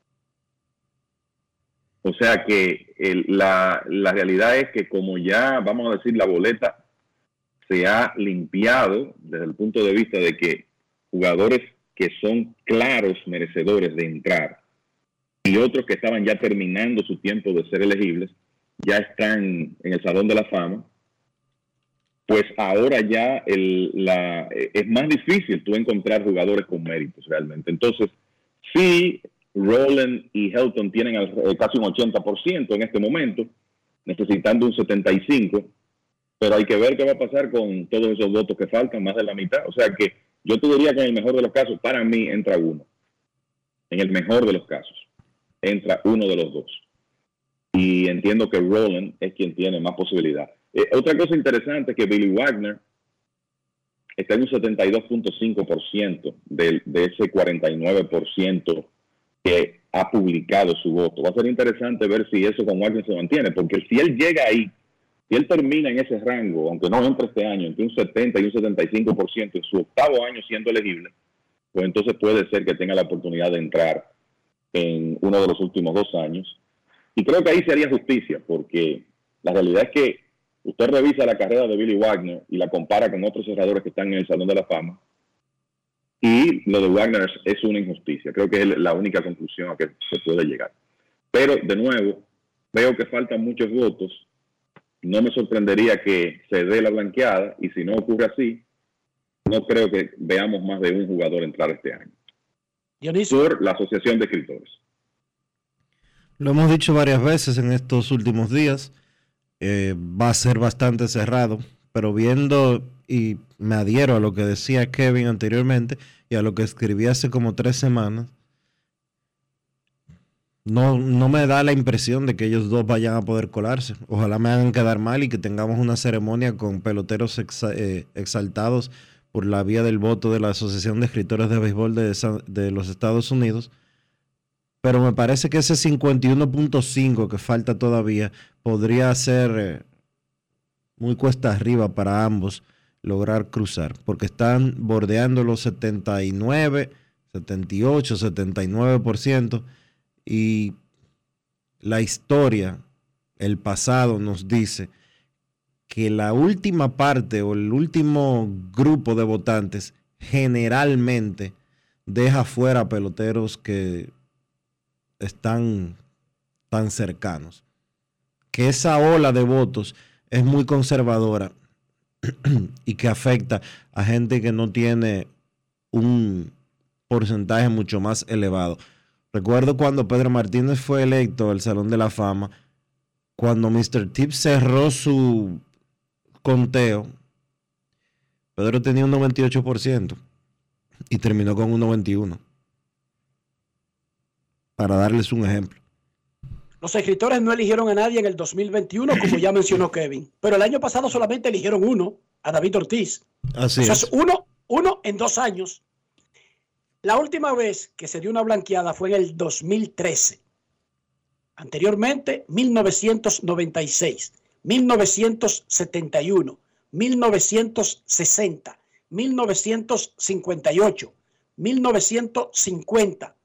O sea que la realidad es que como ya, vamos a decir, la boleta se ha limpiado desde el punto de vista de que jugadores que son claros merecedores de entrar y otros que estaban ya terminando su tiempo de ser elegibles, ya están en el Salón de la Fama, pues ahora ya es más difícil tú encontrar jugadores con méritos realmente. Entonces, sí, Rowland y Helton tienen casi un 80% en este momento, necesitando un 75%, pero hay que ver qué va a pasar con todos esos votos que faltan, más de la mitad. O sea que yo te diría que en el mejor de los casos, para mí, entra uno. En el mejor de los casos, entra uno de los dos. Y entiendo que Rowland es quien tiene más posibilidad. Otra cosa interesante es que Billy Wagner está en un 72.5% de ese 49% que ha publicado su voto. Va a ser interesante ver si eso con Wagner se mantiene, porque si él llega ahí, si él termina en ese rango, aunque no entre este año, entre un 70 y un 75% en su octavo año siendo elegible, pues entonces puede ser que tenga la oportunidad de entrar en uno de los últimos 2 años. Y creo que ahí se haría justicia, porque la realidad es que usted revisa la carrera de Billy Wagner y la compara con otros cerradores que están en el Salón de la Fama, y lo de Wagner es una injusticia. Creo que es la única conclusión a que se puede llegar. Pero, de nuevo, veo que faltan muchos votos. No me sorprendería que se dé la blanqueada, y si no ocurre así, no creo que veamos más de un jugador entrar este año. Dionisio. Por la Asociación de Escritores. Lo hemos dicho varias veces en estos últimos días. Va a ser bastante cerrado, pero viendo, y me adhiero a lo que decía Kevin anteriormente y a lo que escribí hace como 3 semanas, no me da la impresión de que ellos dos vayan a poder colarse. Ojalá me hagan quedar mal y que tengamos una ceremonia con peloteros exaltados por la vía del voto de la Asociación de Escritores de Béisbol de los Estados Unidos. Pero me parece que ese 51.5 que falta todavía podría ser muy cuesta arriba para ambos lograr cruzar, porque están bordeando los 79, 78, 79%, y la historia, el pasado nos dice que la última parte o el último grupo de votantes generalmente deja fuera a peloteros que están tan cercanos, que esa ola de votos es muy conservadora y que afecta a gente que no tiene un porcentaje mucho más elevado. Recuerdo cuando Pedro Martínez fue electo al Salón de la Fama, cuando Mr. Tips cerró su conteo, Pedro tenía un 98% y terminó con un 91%. Para darles un ejemplo. Los escritores no eligieron a nadie en el 2021, como ya mencionó Kevin, pero el año pasado solamente eligieron uno, a David Ortiz. Así es. Uno en 2 años. La última vez que se dio una blanqueada fue en el 2013. Anteriormente, 1996, 1971, 1960, 1958, 1950,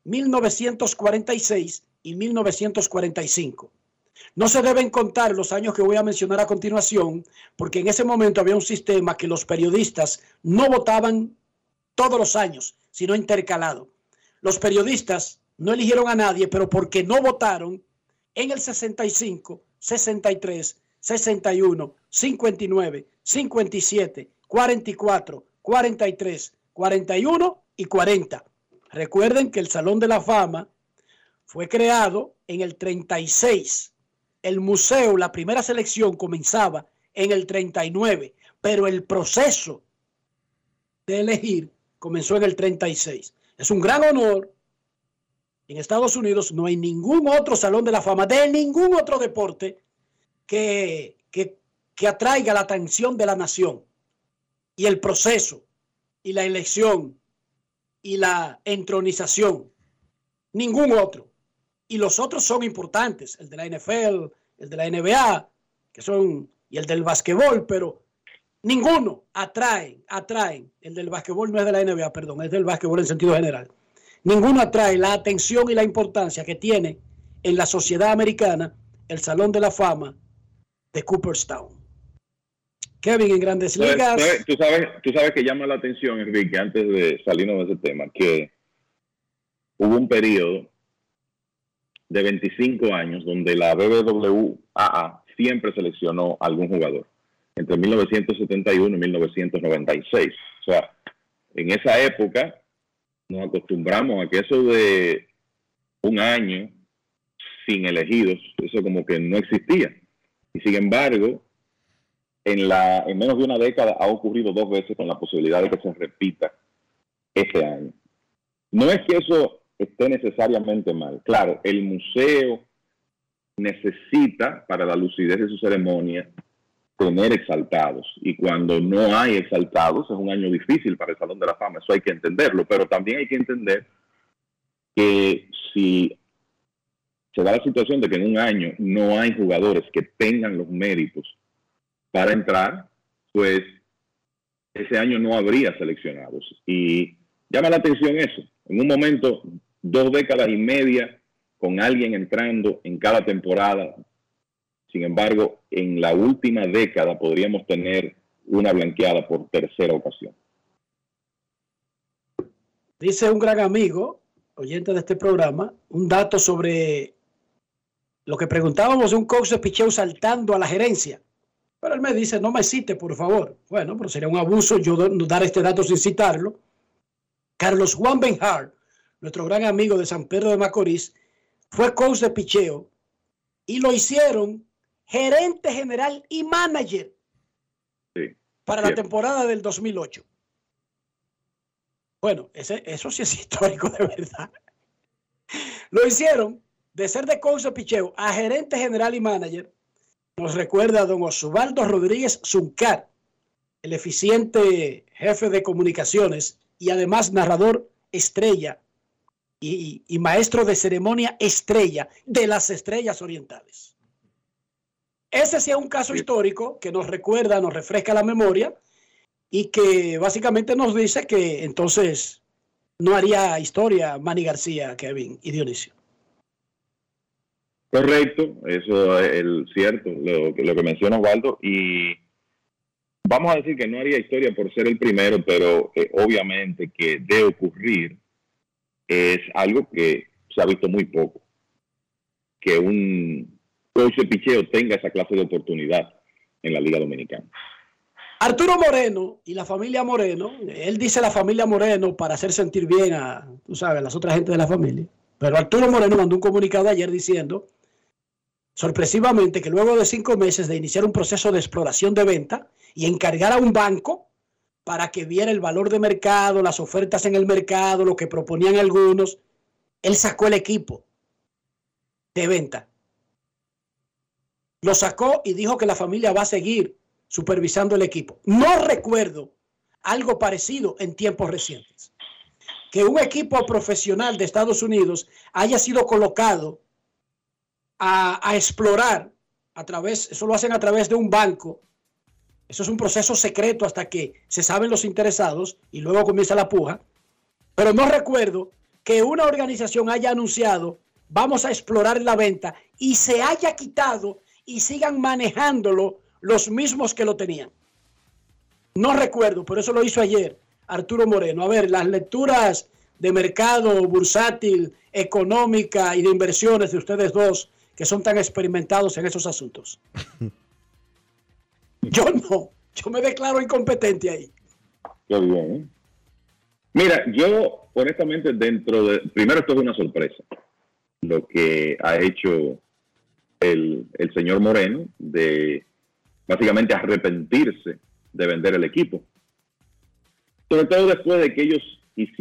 1946 y 1945. No se deben contar los años que voy a mencionar a continuación, porque en ese momento había un sistema que los periodistas no votaban todos los años, sino intercalado. Los periodistas no eligieron a nadie, pero porque no votaron en el 65, 63, 61, 59, 57, 44, 43, 41 y 40. Recuerden que el Salón de la Fama fue creado en el 36. El museo, la primera selección comenzaba en el 39, pero el proceso de elegir comenzó en el 36. Es un gran honor. En Estados Unidos no hay ningún otro Salón de la Fama de ningún otro deporte que atraiga la atención de la nación. Y el proceso, y la elección, y la entronización. Ningún otro. Y los otros son importantes, el de la NFL, el de la NBA, y el del básquetbol, pero ninguno atraen. El del básquetbol no es de la NBA, perdón, es del básquetbol en sentido general. Ninguno atrae la atención y la importancia que tiene en la sociedad americana el Salón de la Fama de Cooperstown. Kevin, en Grandes Ligas. Tú sabes que llama la atención, Enrique, antes de salirnos de ese tema, que hubo un periodo de 25 años donde la BBWAA siempre seleccionó a algún jugador, entre 1971 y 1996. O sea, en esa época nos acostumbramos a que eso de un año sin elegidos, eso como que no existía. Y sin embargo, en menos de una década ha ocurrido 2 veces con la posibilidad de que se repita este año. No es que eso esté necesariamente mal. Claro, el museo necesita, para la lucidez de su ceremonia, tener exaltados. Y cuando no hay exaltados, es un año difícil para el Salón de la Fama. Eso hay que entenderlo. Pero también hay que entender que si se da la situación de que en un año no hay jugadores que tengan los méritos para entrar, pues ese año no habría seleccionados. Y llama la atención eso. En un momento, 2 décadas y media con alguien entrando en cada temporada. Sin embargo, en la última década podríamos tener una blanqueada por tercera ocasión. Dice un gran amigo, oyente de este programa, un dato sobre lo que preguntábamos de un coach de picheo saltando a la gerencia. Pero él me dice, no me cite, por favor. Bueno, pero sería un abuso yo dar este dato sin citarlo. Carlos Juan Benhart, nuestro gran amigo de San Pedro de Macorís, fue coach de picheo y lo hicieron gerente general y manager para la temporada del 2008. Bueno, eso sí es histórico de verdad. Lo hicieron de ser de coach de picheo a gerente general y manager. Nos recuerda a don Osvaldo Rodríguez Zuncar, el eficiente jefe de comunicaciones y además narrador estrella y maestro de ceremonia estrella de las Estrellas Orientales. Ese sí es un caso histórico que nos recuerda, nos refresca la memoria y que básicamente nos dice que entonces no haría historia Manny García, Kevin y Dionisio. Correcto, eso es cierto, lo que menciona Osvaldo, y vamos a decir que no haría historia por ser el primero, pero obviamente que de ocurrir es algo que se ha visto muy poco, que un coach de picheo tenga esa clase de oportunidad en la Liga Dominicana. Arturo Moreno y la familia Moreno, él dice la familia Moreno para hacer sentir bien a, tú sabes, las otras gente de la familia, pero Arturo Moreno mandó un comunicado ayer diciendo sorpresivamente que luego de 5 meses de iniciar un proceso de exploración de venta y encargar a un banco para que viera el valor de mercado, las ofertas en el mercado, lo que proponían algunos, él sacó el equipo de venta. Lo sacó y dijo que la familia va a seguir supervisando el equipo. No recuerdo algo parecido en tiempos recientes. Que un equipo profesional de Estados Unidos haya sido colocado a explorar eso lo hacen a través de un banco. Eso es un proceso secreto hasta que se saben los interesados y luego comienza la puja. Pero no recuerdo que una organización haya anunciado vamos a explorar la venta y se haya quitado y sigan manejándolo los mismos que lo tenían. No recuerdo, pero eso lo hizo ayer Arturo Moreno. A ver, las lecturas de mercado, bursátil, económica y de inversiones de ustedes dos, que son tan experimentados en esos asuntos. Yo no, yo me declaro incompetente ahí. Qué bien, ¿eh? Mira, yo honestamente primero esto es una sorpresa, lo que ha hecho el señor Moreno de básicamente arrepentirse de vender el equipo. Sobre todo después de que ellos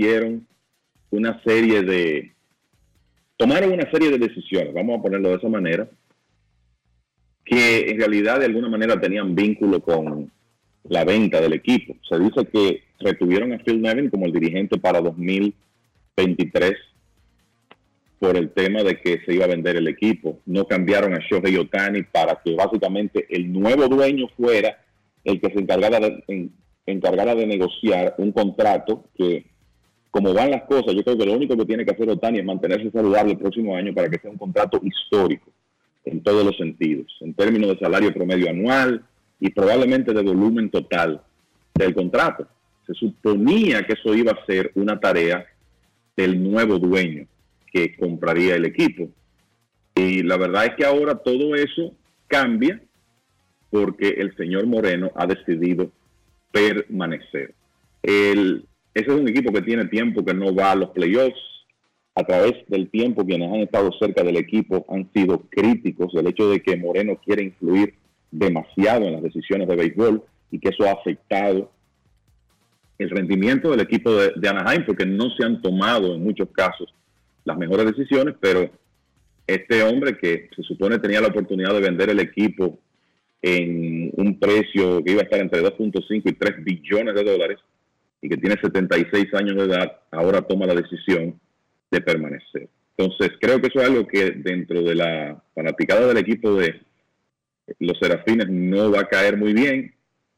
tomaron una serie de decisiones, vamos a ponerlo de esa manera, que en realidad de alguna manera tenían vínculo con la venta del equipo. Se dice que retuvieron a Phil Nevin como el dirigente para 2023 por el tema de que se iba a vender el equipo. No cambiaron a Shohei Ohtani para que básicamente el nuevo dueño fuera el que se encargara de negociar un contrato que, como van las cosas, yo creo que lo único que tiene que hacer Ohtani es mantenerse saludable el próximo año para que sea un contrato histórico en todos los sentidos, en términos de salario promedio anual y probablemente de volumen total del contrato. Se suponía que eso iba a ser una tarea del nuevo dueño que compraría el equipo. Y la verdad es que ahora todo eso cambia porque el señor Moreno ha decidido permanecer. Ese es un equipo que tiene tiempo que no va a los playoffs. A través del tiempo, quienes han estado cerca del equipo han sido críticos del hecho de que Moreno quiere influir demasiado en las decisiones de béisbol y que eso ha afectado el rendimiento del equipo de Anaheim, porque no se han tomado en muchos casos las mejores decisiones, pero este hombre que se supone tenía la oportunidad de vender el equipo en un precio que iba a estar entre 2.5 y 3 billones de dólares y que tiene 76 años de edad, ahora toma la decisión de permanecer. Entonces, creo que eso es algo que dentro de la fanaticada del equipo de los Serafines no va a caer muy bien,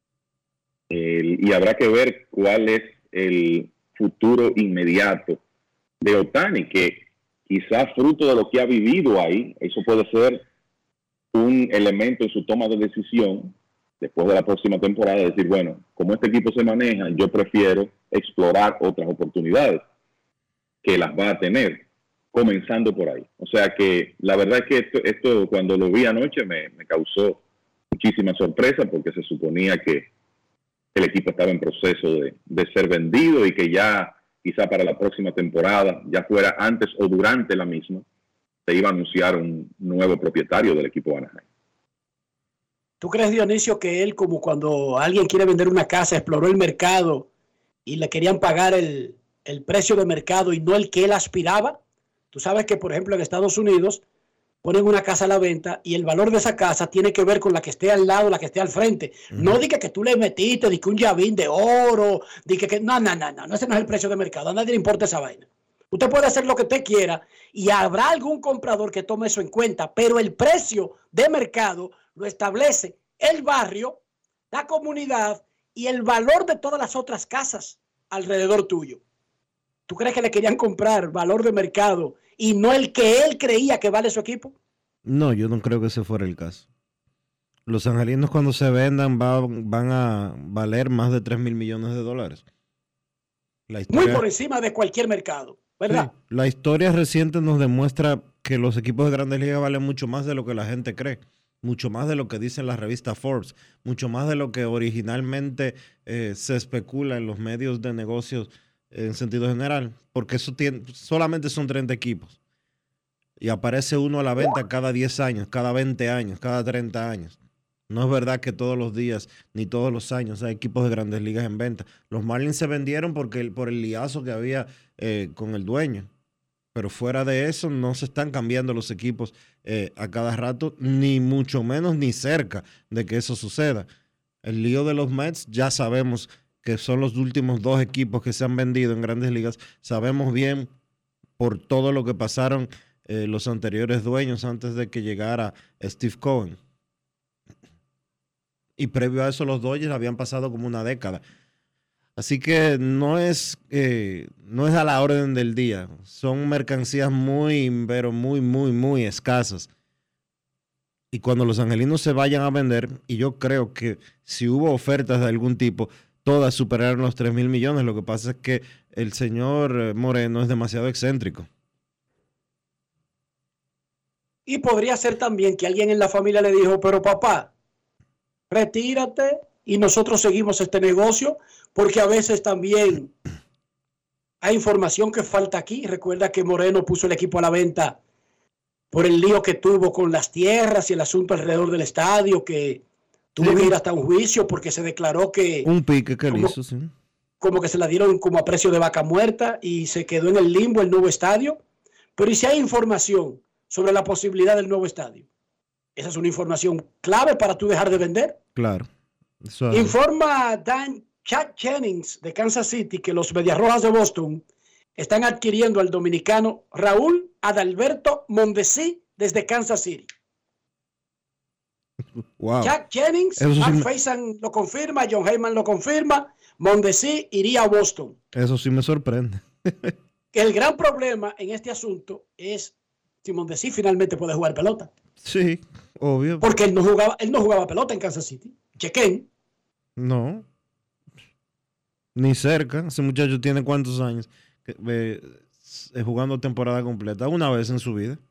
y habrá que ver cuál es el futuro inmediato de Ohtani, que quizás fruto de lo que ha vivido ahí, eso puede ser un elemento en su toma de decisión después de la próxima temporada, decir, bueno, como este equipo se maneja, yo prefiero explorar otras oportunidades, que las va a tener, comenzando por ahí. O sea que la verdad es que esto cuando lo vi anoche me causó muchísima sorpresa, porque se suponía que el equipo estaba en proceso de ser vendido y que ya quizá para la próxima temporada, ya fuera antes o durante la misma, se iba a anunciar un nuevo propietario del equipo Anaheim. ¿Tú crees, Dionisio, que él, como cuando alguien quiere vender una casa, exploró el mercado y le querían pagar el precio de mercado y no el que él aspiraba? Tú sabes que, por ejemplo, en Estados Unidos ponen una casa a la venta y el valor de esa casa tiene que ver con la que esté al lado, la que esté al frente. No diga que tú le metiste, di que un llavín de oro, di que no, ese no es el precio de mercado, a nadie le importa esa vaina. Usted puede hacer lo que usted quiera y habrá algún comprador que tome eso en cuenta, pero el precio de mercado lo establece el barrio, la comunidad y el valor de todas las otras casas alrededor tuyo. ¿Tú crees que le querían comprar valor de mercado y no el que él creía que vale su equipo? No, yo no creo que ese fuera el caso. Los angelinos cuando se vendan van a valer más de 3 mil millones de dólares. Muy por encima de cualquier mercado, ¿verdad? Sí, la historia reciente nos demuestra que los equipos de Grandes Ligas valen mucho más de lo que la gente cree, mucho más de lo que dicen las revistas Forbes, mucho más de lo que originalmente se especula en los medios de negocios en sentido general, porque solamente son 30 equipos y aparece uno a la venta cada 10 años, cada 20 años, cada 30 años. No es verdad que todos los días ni todos los años hay equipos de Grandes Ligas en venta. Los Marlins se vendieron por el liazo que había con el dueño, pero fuera de eso no se están cambiando los equipos a cada rato, ni mucho menos ni cerca de que eso suceda. El lío de los Mets ya sabemos que son los últimos 2 equipos que se han vendido en Grandes Ligas. Sabemos bien por todo lo que pasaron los anteriores dueños antes de que llegara Steve Cohen. Y previo a eso los Dodgers habían pasado como una década. Así que no es a la orden del día. Son mercancías pero muy escasas. Y cuando los angelinos se vayan a vender, y yo creo que si hubo ofertas de algún tipo, todas superaron los 3,000 millones. Lo que pasa es que el señor Moreno es demasiado excéntrico. Y podría ser también que alguien en la familia le dijo, pero papá, retírate y nosotros seguimos este negocio, porque a veces también hay información que falta aquí. Recuerda que Moreno puso el equipo a la venta por el lío que tuvo con las tierras y el asunto alrededor del estadio, que tuvo que ir hasta un juicio porque se declaró que... Un pique que le hizo, sí. Como que se la dieron como a precio de vaca muerta y se quedó en el limbo el nuevo estadio. Pero ¿y si hay información sobre la posibilidad del nuevo estadio? Esa es una información clave para tú dejar de vender. Claro. Informa Chad Jennings de Kansas City que los Mediarrojas de Boston están adquiriendo al dominicano Raúl Adalberto Mondesi desde Kansas City. Wow. Chad Jennings, Mark Faison lo confirma, John Heyman lo confirma, Mondesi iría a Boston. Eso sí me sorprende. El gran problema en este asunto es si Mondesi finalmente puede jugar pelota. Sí, obvio. Porque él no jugaba pelota en Kansas City. Chequen. No. Ni cerca. Ese muchacho tiene ¿cuántos años? Jugando temporada completa. Una vez en su vida.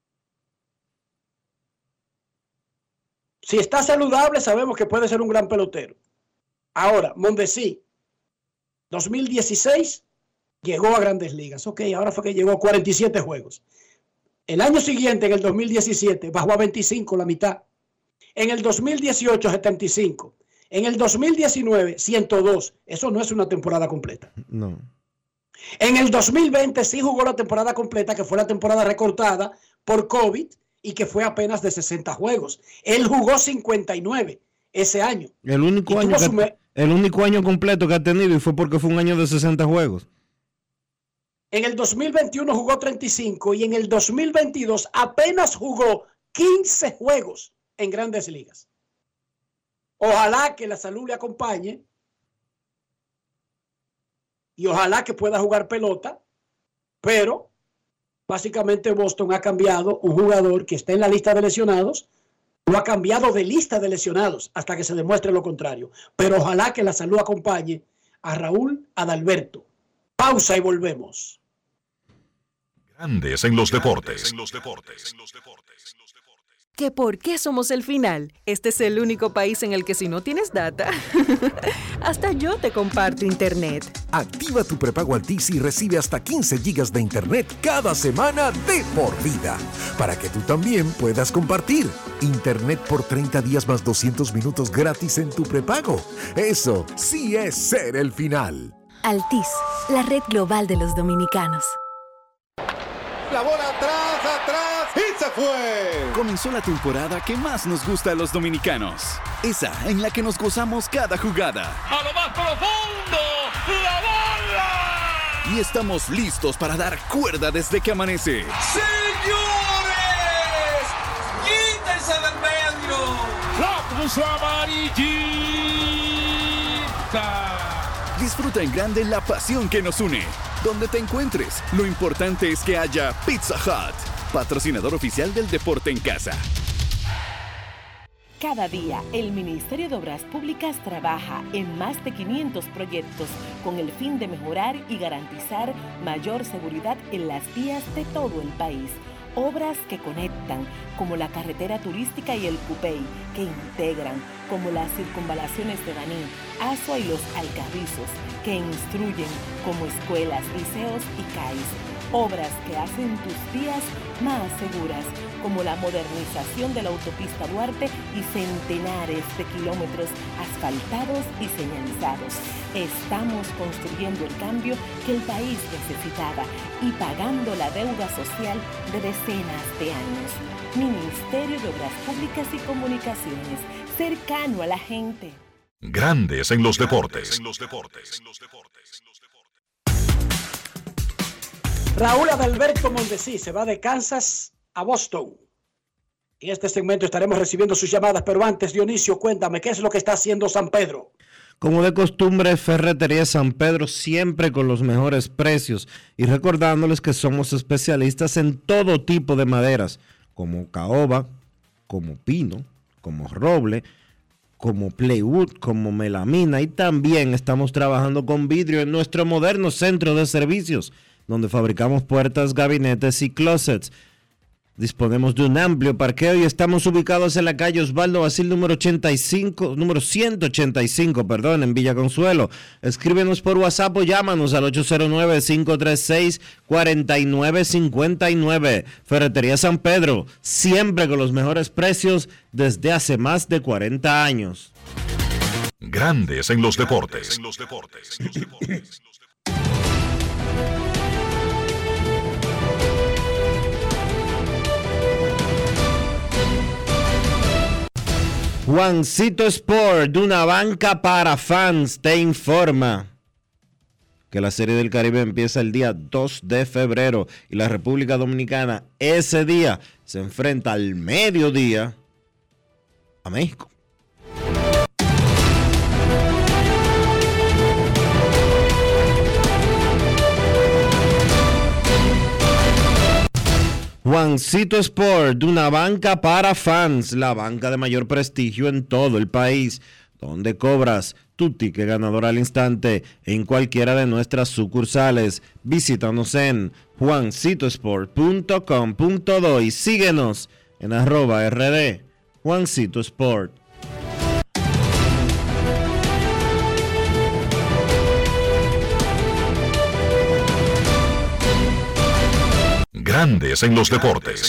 Si está saludable, sabemos que puede ser un gran pelotero. Ahora, Mondesi, 2016, llegó a Grandes Ligas. Ok, ahora fue que llegó a 47 juegos. El año siguiente, en el 2017, bajó a 25, la mitad. En el 2018, 75. En el 2019, 102. Eso no es una temporada completa. No. En el 2020 sí jugó la temporada completa, que fue la temporada recortada por COVID y que fue apenas de 60 juegos. Él jugó 59 ese año. El único año completo que ha tenido, y fue porque fue un año de 60 juegos. En el 2021 jugó 35 y en el 2022 apenas jugó 15 juegos en Grandes Ligas. Ojalá que la salud le acompañe y ojalá que pueda jugar pelota, pero básicamente Boston ha cambiado un jugador que está en la lista de lesionados, lo ha cambiado de lista de lesionados hasta que se demuestre lo contrario. Pero ojalá que la salud acompañe a Raúl Adalberto. Pausa y volvemos. Grandes en los deportes. ¿Que por qué somos el final? Este es el único país en el que si no tienes data, hasta yo te comparto internet. Activa tu prepago Altis y recibe hasta 15 gigas de internet cada semana de por vida. Para que tú también puedas compartir. Internet por 30 días más 200 minutos gratis en tu prepago. Eso sí es ser el final. Altis, la red global de los dominicanos. La bola atrás, y se fue. Comenzó la temporada que más nos gusta a los dominicanos. Esa en la que nos gozamos cada jugada. A lo más profundo, la bola. Y estamos listos para dar cuerda desde que amanece. ¡Señores! ¡Quítense del medio! ¡La puso amarillita! Disfruta en grande la pasión que nos une. Donde te encuentres, lo importante es que haya Pizza Hut, patrocinador oficial del deporte en casa. Cada día, el Ministerio de Obras Públicas trabaja en más de 500 proyectos con el fin de mejorar y garantizar mayor seguridad en las vías de todo el país. Obras que conectan, como la carretera turística y el Cupey, que integran, como las circunvalaciones de Baní, Asua y los Alcarrizos, que instruyen, como escuelas, liceos y CAIS. Obras que hacen tus vías más seguras, como la modernización de la autopista Duarte y centenares de kilómetros asfaltados y señalizados. Estamos construyendo el cambio que el país necesitaba y pagando la deuda social de decenas de años. Ministerio de Obras Públicas y Comunicaciones, cercano a la gente. Grandes en los deportes. Raúl Adalberto Mondesi se va de Kansas a Boston. En este segmento estaremos recibiendo sus llamadas, pero antes, Dionisio, cuéntame, ¿qué es lo que está haciendo San Pedro? Como de costumbre, Ferretería San Pedro siempre con los mejores precios y recordándoles que somos especialistas en todo tipo de maderas, como caoba, como pino, como roble, como plywood, como melamina, y también estamos trabajando con vidrio en nuestro moderno centro de servicios, donde fabricamos puertas, gabinetes y closets. Disponemos de un amplio parqueo y estamos ubicados en la calle Osvaldo Basil número 185, en Villa Consuelo. Escríbenos por WhatsApp o llámanos al 809-536-4959. Ferretería San Pedro, siempre con los mejores precios desde hace más de 40 años. Grandes en los deportes. Juancito Sport, de una banca para fans, te informa que la Serie del Caribe empieza el día 2 de febrero y la República Dominicana ese día se enfrenta al mediodía a México. Juancito Sport, de una banca para fans, la banca de mayor prestigio en todo el país, donde cobras tu ticket ganador al instante en cualquiera de nuestras sucursales. Visítanos en juancitosport.com.do y síguenos en @RD Juancito Sport. Grandes en los deportes.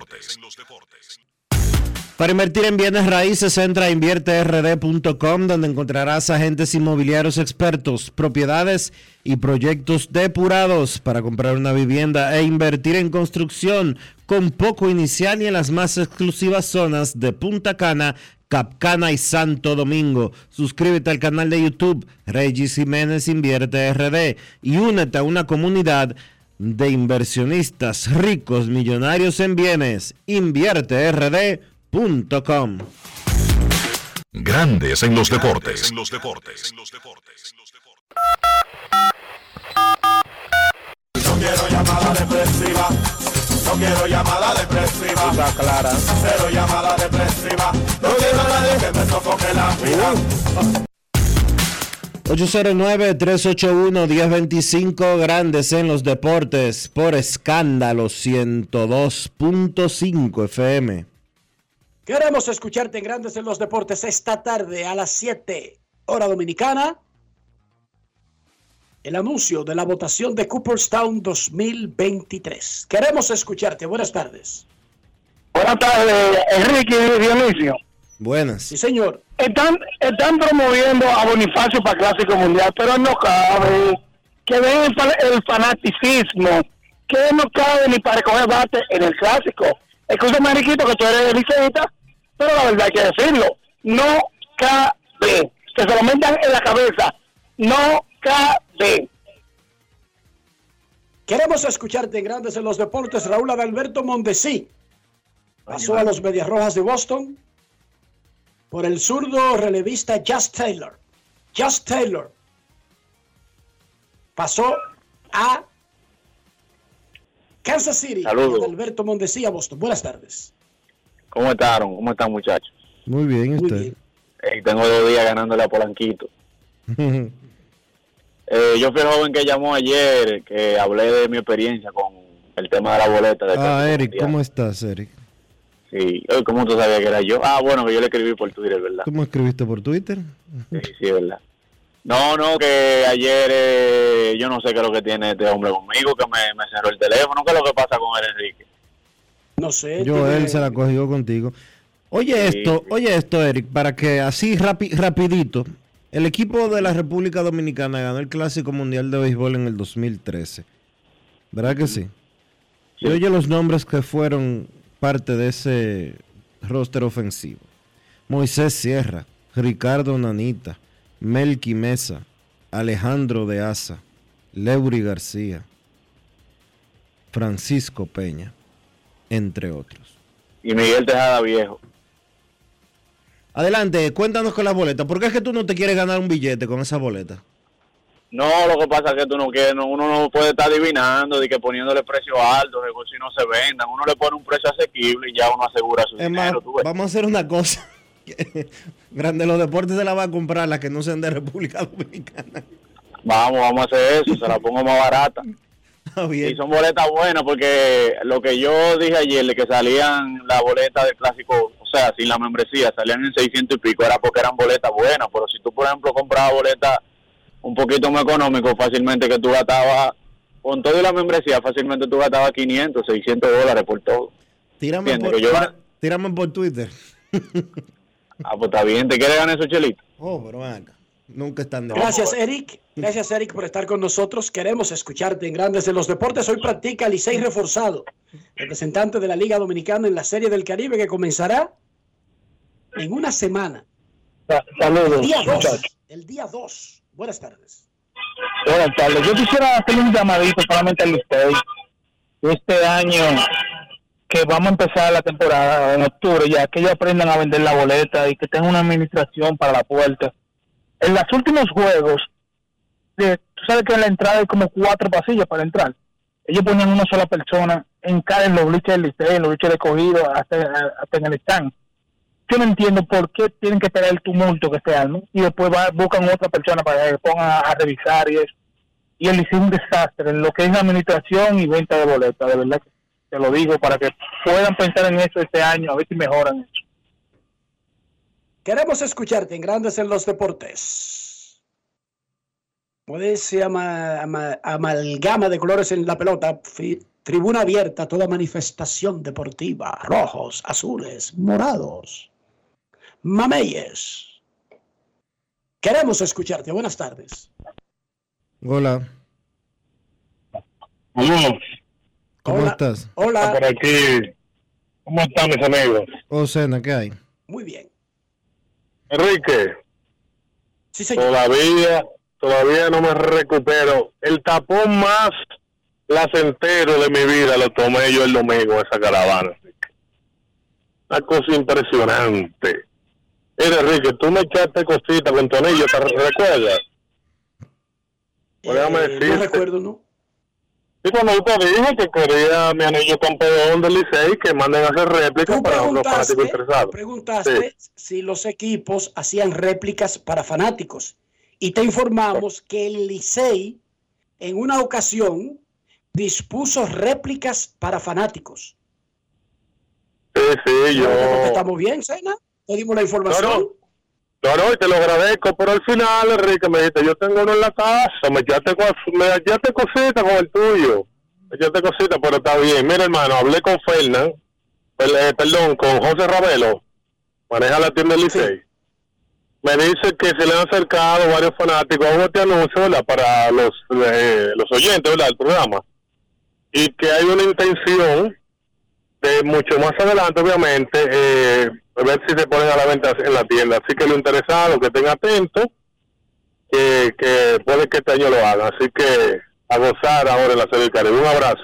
Para invertir en bienes raíces, entra a invierterd.com, donde encontrarás agentes inmobiliarios expertos, propiedades y proyectos depurados para comprar una vivienda e invertir en construcción con poco inicial y en las más exclusivas zonas de Punta Cana, Capcana y Santo Domingo. Suscríbete al canal de YouTube Regis Jiménez Invierte RD y únete a una comunidad de inversionistas ricos, millonarios en bienes. InvierteRD.com. Grandes en los deportes. No quiero llamada depresiva. No quiero llamada depresiva. Está clara. Cero llamada depresiva. No quiero a nadie que me sofoque la vida. 809-381-1025, Grandes en los deportes, por Escándalo 102.5 FM. Queremos escucharte en Grandes en los deportes esta tarde a las 7, hora dominicana. El anuncio de la votación de Cooperstown 2023. Queremos escucharte. Buenas tardes. Buenas tardes, Enrique y Dionisio. Buenas. Sí, señor. Están promoviendo a Bonifacio para Clásico Mundial, pero no cabe que ven el fanaticismo, que no cabe ni para recoger bate en el Clásico. Escúchame, Enriquito, que tú eres liceísta, pero la verdad hay que decirlo, no cabe, que se lo metan en la cabeza, no cabe. Queremos escucharte en Grandes en los deportes. Raúl Adalberto Mondesi pasó a los Medias Rojas de Boston por el zurdo relevista Just Taylor. Just Taylor pasó a Kansas City. Saludos. Alberto Mondesi a Boston. Buenas tardes. ¿Cómo estaron? ¿Cómo están, muchachos? Muy bien, ¿y usted? Tengo 2 días ganándole a Polanquito. Yo fui el joven que llamó ayer, que hablé de mi experiencia con el tema de la boleta. Eric, ¿cómo estás, Eric? Sí, ¿cómo tú sabías que era yo? Bueno, que yo le escribí por Twitter, ¿verdad? ¿Cómo escribiste por Twitter? Sí, ¿verdad? No, que ayer yo no sé qué es lo que tiene este hombre conmigo, que me cerró el teléfono. ¿Qué es lo que pasa con él, Enrique? No sé. Él se la cogió contigo. Oye esto, Eric, para que así rapidito. El equipo de la República Dominicana ganó el Clásico Mundial de Béisbol en el 2013. ¿Verdad que sí? Y oye los nombres que fueron parte de ese roster ofensivo: Moisés Sierra, Ricardo Nanita, Melqui Mesa, Alejandro de Asa, Leury García, Francisco Peña, entre otros. Y Miguel Tejada Viejo. Adelante, cuéntanos con las boletas. ¿Por qué es que tú no te quieres ganar un billete con esa boleta? No, lo que pasa es que tú no quieres, uno no puede estar adivinando de que poniéndole precios altos, de que si no se vendan, uno le pone un precio asequible y ya uno asegura su dinero. Vamos a hacer una cosa. Grande los Deportes se la va a comprar, las que no sean de República Dominicana. Vamos a hacer eso, se la pongo más barata. Bien. Y son boletas buenas porque lo que yo dije ayer de que salían las boletas del clásico, o sea, sin la membresía, salían en 600 y pico, era porque eran boletas buenas, pero si tú, por ejemplo, comprabas boletas un poquito más económico, fácilmente que tú gastabas, con todo y la membresía, fácilmente tú gastabas 500, 600 dólares por todo. Tírame por Twitter. Pues está bien, ¿te quieres ganar esos chelitos? Pero venga, nunca están de Gracias, Eric. Gracias, Eric, por estar con nosotros. Queremos escucharte en Grandes en los Deportes. Hoy practica Licey reforzado, representante de la Liga Dominicana en la Serie del Caribe, que comenzará en una semana. Saludos. El día 2. Buenas tardes. Buenas tardes. Yo quisiera hacer un llamadito solamente al Licey. Este año que vamos a empezar la temporada en octubre, ya que ellos aprendan a vender la boleta y que tengan una administración para la puerta. En los últimos juegos, tú sabes que en la entrada hay como 4 pasillos para entrar. Ellos ponían una sola persona en los bleachers del Licey, en los bleachers de Cogido, hasta en el stand. Yo no entiendo por qué tienen que esperar el tumulto que se arme y después buscan otra persona para que pongan a revisar y eso. Y el Licey es un desastre en lo que es administración y venta de boletas, de verdad. Te lo digo para que puedan pensar en eso este año, a ver si mejoran eso. Queremos escucharte en Grandes en los Deportes. Puede ser amalgama de colores en la pelota. Tribuna abierta, toda manifestación deportiva. Rojos, azules, morados, mameyes. Queremos escucharte. Buenas tardes. Hola. ¿Cómo estás? Hola. Por aquí. ¿Cómo están mis amigos? Sena, ¿qué hay? Muy bien. Enrique. Sí, señor. Todavía no me recupero. El tapón más placentero de mi vida lo tomé yo el domingo, esa caravana. Una cosa impresionante. Mira, Enrique, tú me echaste cositas con Tonillo, ¿te recuerdas? Déjame decirte. No recuerdo, ¿no? Y cuando yo te dije que quería mi anillo campeón del Licey, que manden a hacer réplicas para los fanáticos interesados. Preguntaste si los equipos hacían réplicas para fanáticos. Y te informamos que el Licey, en una ocasión, dispuso réplicas para fanáticos. Sí, yo... ¿Estamos bien, Sena? ¿Te dimos la información? No, y te lo agradezco, pero al final, Enrique, me dijiste, yo tengo uno en la casa, me echaste cosita con el tuyo, pero está bien. Mira, hermano, hablé con con José Ravelo, maneja la tienda del Licey. Sí. Me dice que se le han acercado varios fanáticos a este anuncio, ¿verdad?, para los oyentes, ¿verdad?, del programa, y que hay una intención de mucho más adelante, obviamente, a ver si se ponen a la venta en la tienda. Así que lo interesado, que estén atentos, que puede que este año lo hagan. Así que a gozar ahora en la Serie del Caribe. Un abrazo.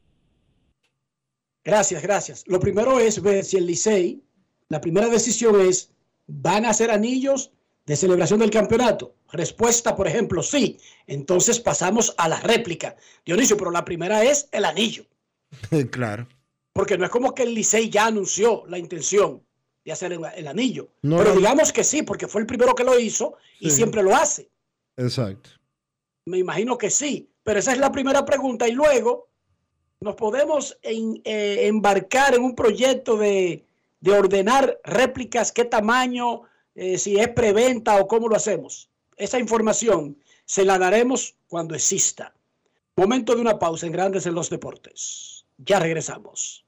Gracias. Lo primero es ver si el Licey, la primera decisión es, ¿van a hacer anillos de celebración del campeonato? Respuesta, por ejemplo, sí. Entonces pasamos a la réplica. Dionisio, pero la primera es el anillo. Claro. Porque no es como que el Licey ya anunció la intención de hacer el anillo. Pero digamos que sí, porque fue el primero que lo hizo y siempre lo hace. Exacto. Me imagino que sí, pero esa es la primera pregunta y luego nos podemos embarcar en un proyecto de ordenar réplicas, qué tamaño, si es preventa o cómo lo hacemos. Esa información se la daremos cuando exista. Momento de una pausa en Grandes en los Deportes. Ya regresamos.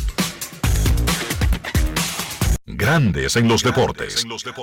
Grandes en los deportes.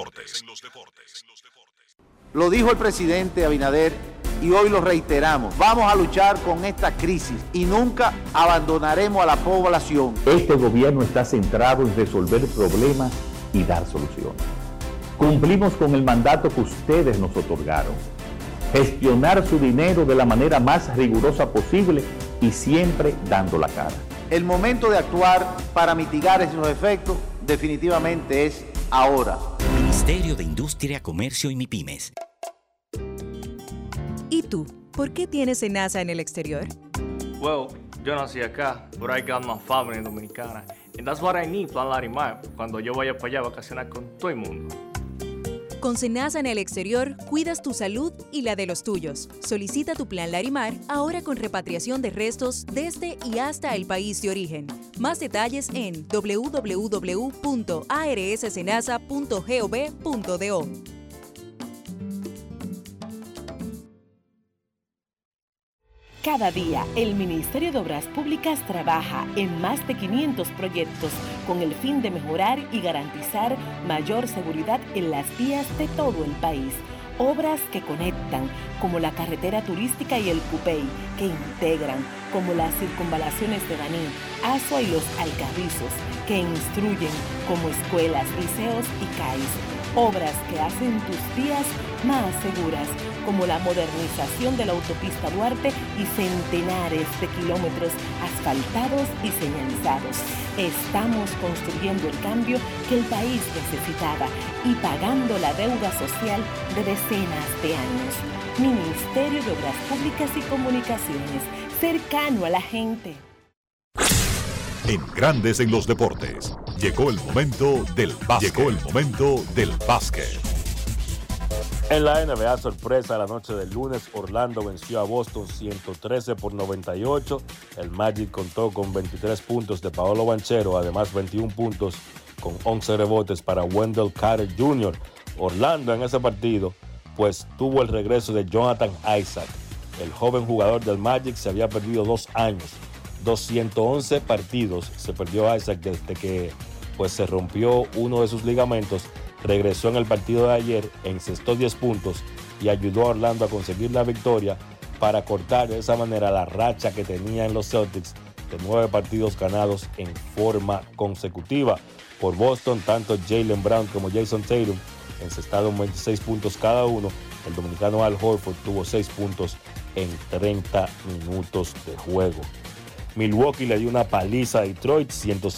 Lo dijo el presidente Abinader y hoy lo reiteramos. Vamos a luchar con esta crisis y nunca abandonaremos a la población. Este gobierno está centrado en resolver problemas y dar soluciones. Cumplimos con el mandato que ustedes nos otorgaron. Gestionar su dinero de la manera más rigurosa posible y siempre dando la cara. El momento de actuar para mitigar esos efectos definitivamente es ahora. Ministerio de Industria, Comercio y MIPYMES. ¿Y tú? ¿Por qué tienes SENASA en el exterior? Well, yo nací acá, but I got my family dominicana. And that's what I need, Plan Larimar, cuando yo vaya para allá a vacacionar con todo el mundo. Con SENASA en el exterior, cuidas tu salud y la de los tuyos. Solicita tu plan Larimar ahora con repatriación de restos desde y hasta el país de origen. Más detalles en www.arssenasa.gov.do. Cada día, el Ministerio de Obras Públicas trabaja en más de 500 proyectos con el fin de mejorar y garantizar mayor seguridad en las vías de todo el país. Obras que conectan, como la carretera turística y el Cupey, que integran, como las circunvalaciones de Baní, Azua y los Alcarrizos, que instruyen, como escuelas, liceos y CAIS. Obras que hacen tus vías más seguras, como la modernización de la autopista Duarte y centenares de kilómetros asfaltados y señalizados. Estamos construyendo el cambio que el país necesitaba y pagando la deuda social de decenas de años. Ministerio de Obras Públicas y Comunicaciones, cercano a la gente. En Grandes en los Deportes, llegó el momento del básquet. En la NBA, sorpresa, la noche del lunes, Orlando venció a Boston 113-98. El Magic contó con 23 puntos de Paolo Banchero, además 21 puntos con 11 rebotes para Wendell Carter Jr. Orlando en ese partido, pues tuvo el regreso de Jonathan Isaac. El joven jugador del Magic se había perdido 2 años. 211 partidos se perdió Isaac desde que se rompió uno de sus ligamentos. Regresó en el partido de ayer, encestó 10 puntos y ayudó a Orlando a conseguir la victoria para cortar de esa manera la racha que tenían los Celtics de 9 partidos ganados en forma consecutiva. Por Boston, tanto Jaylen Brown como Jason Tatum encestaron 26 puntos cada uno. El dominicano Al Horford tuvo 6 puntos en 30 minutos de juego. Milwaukee le dio una paliza a Detroit,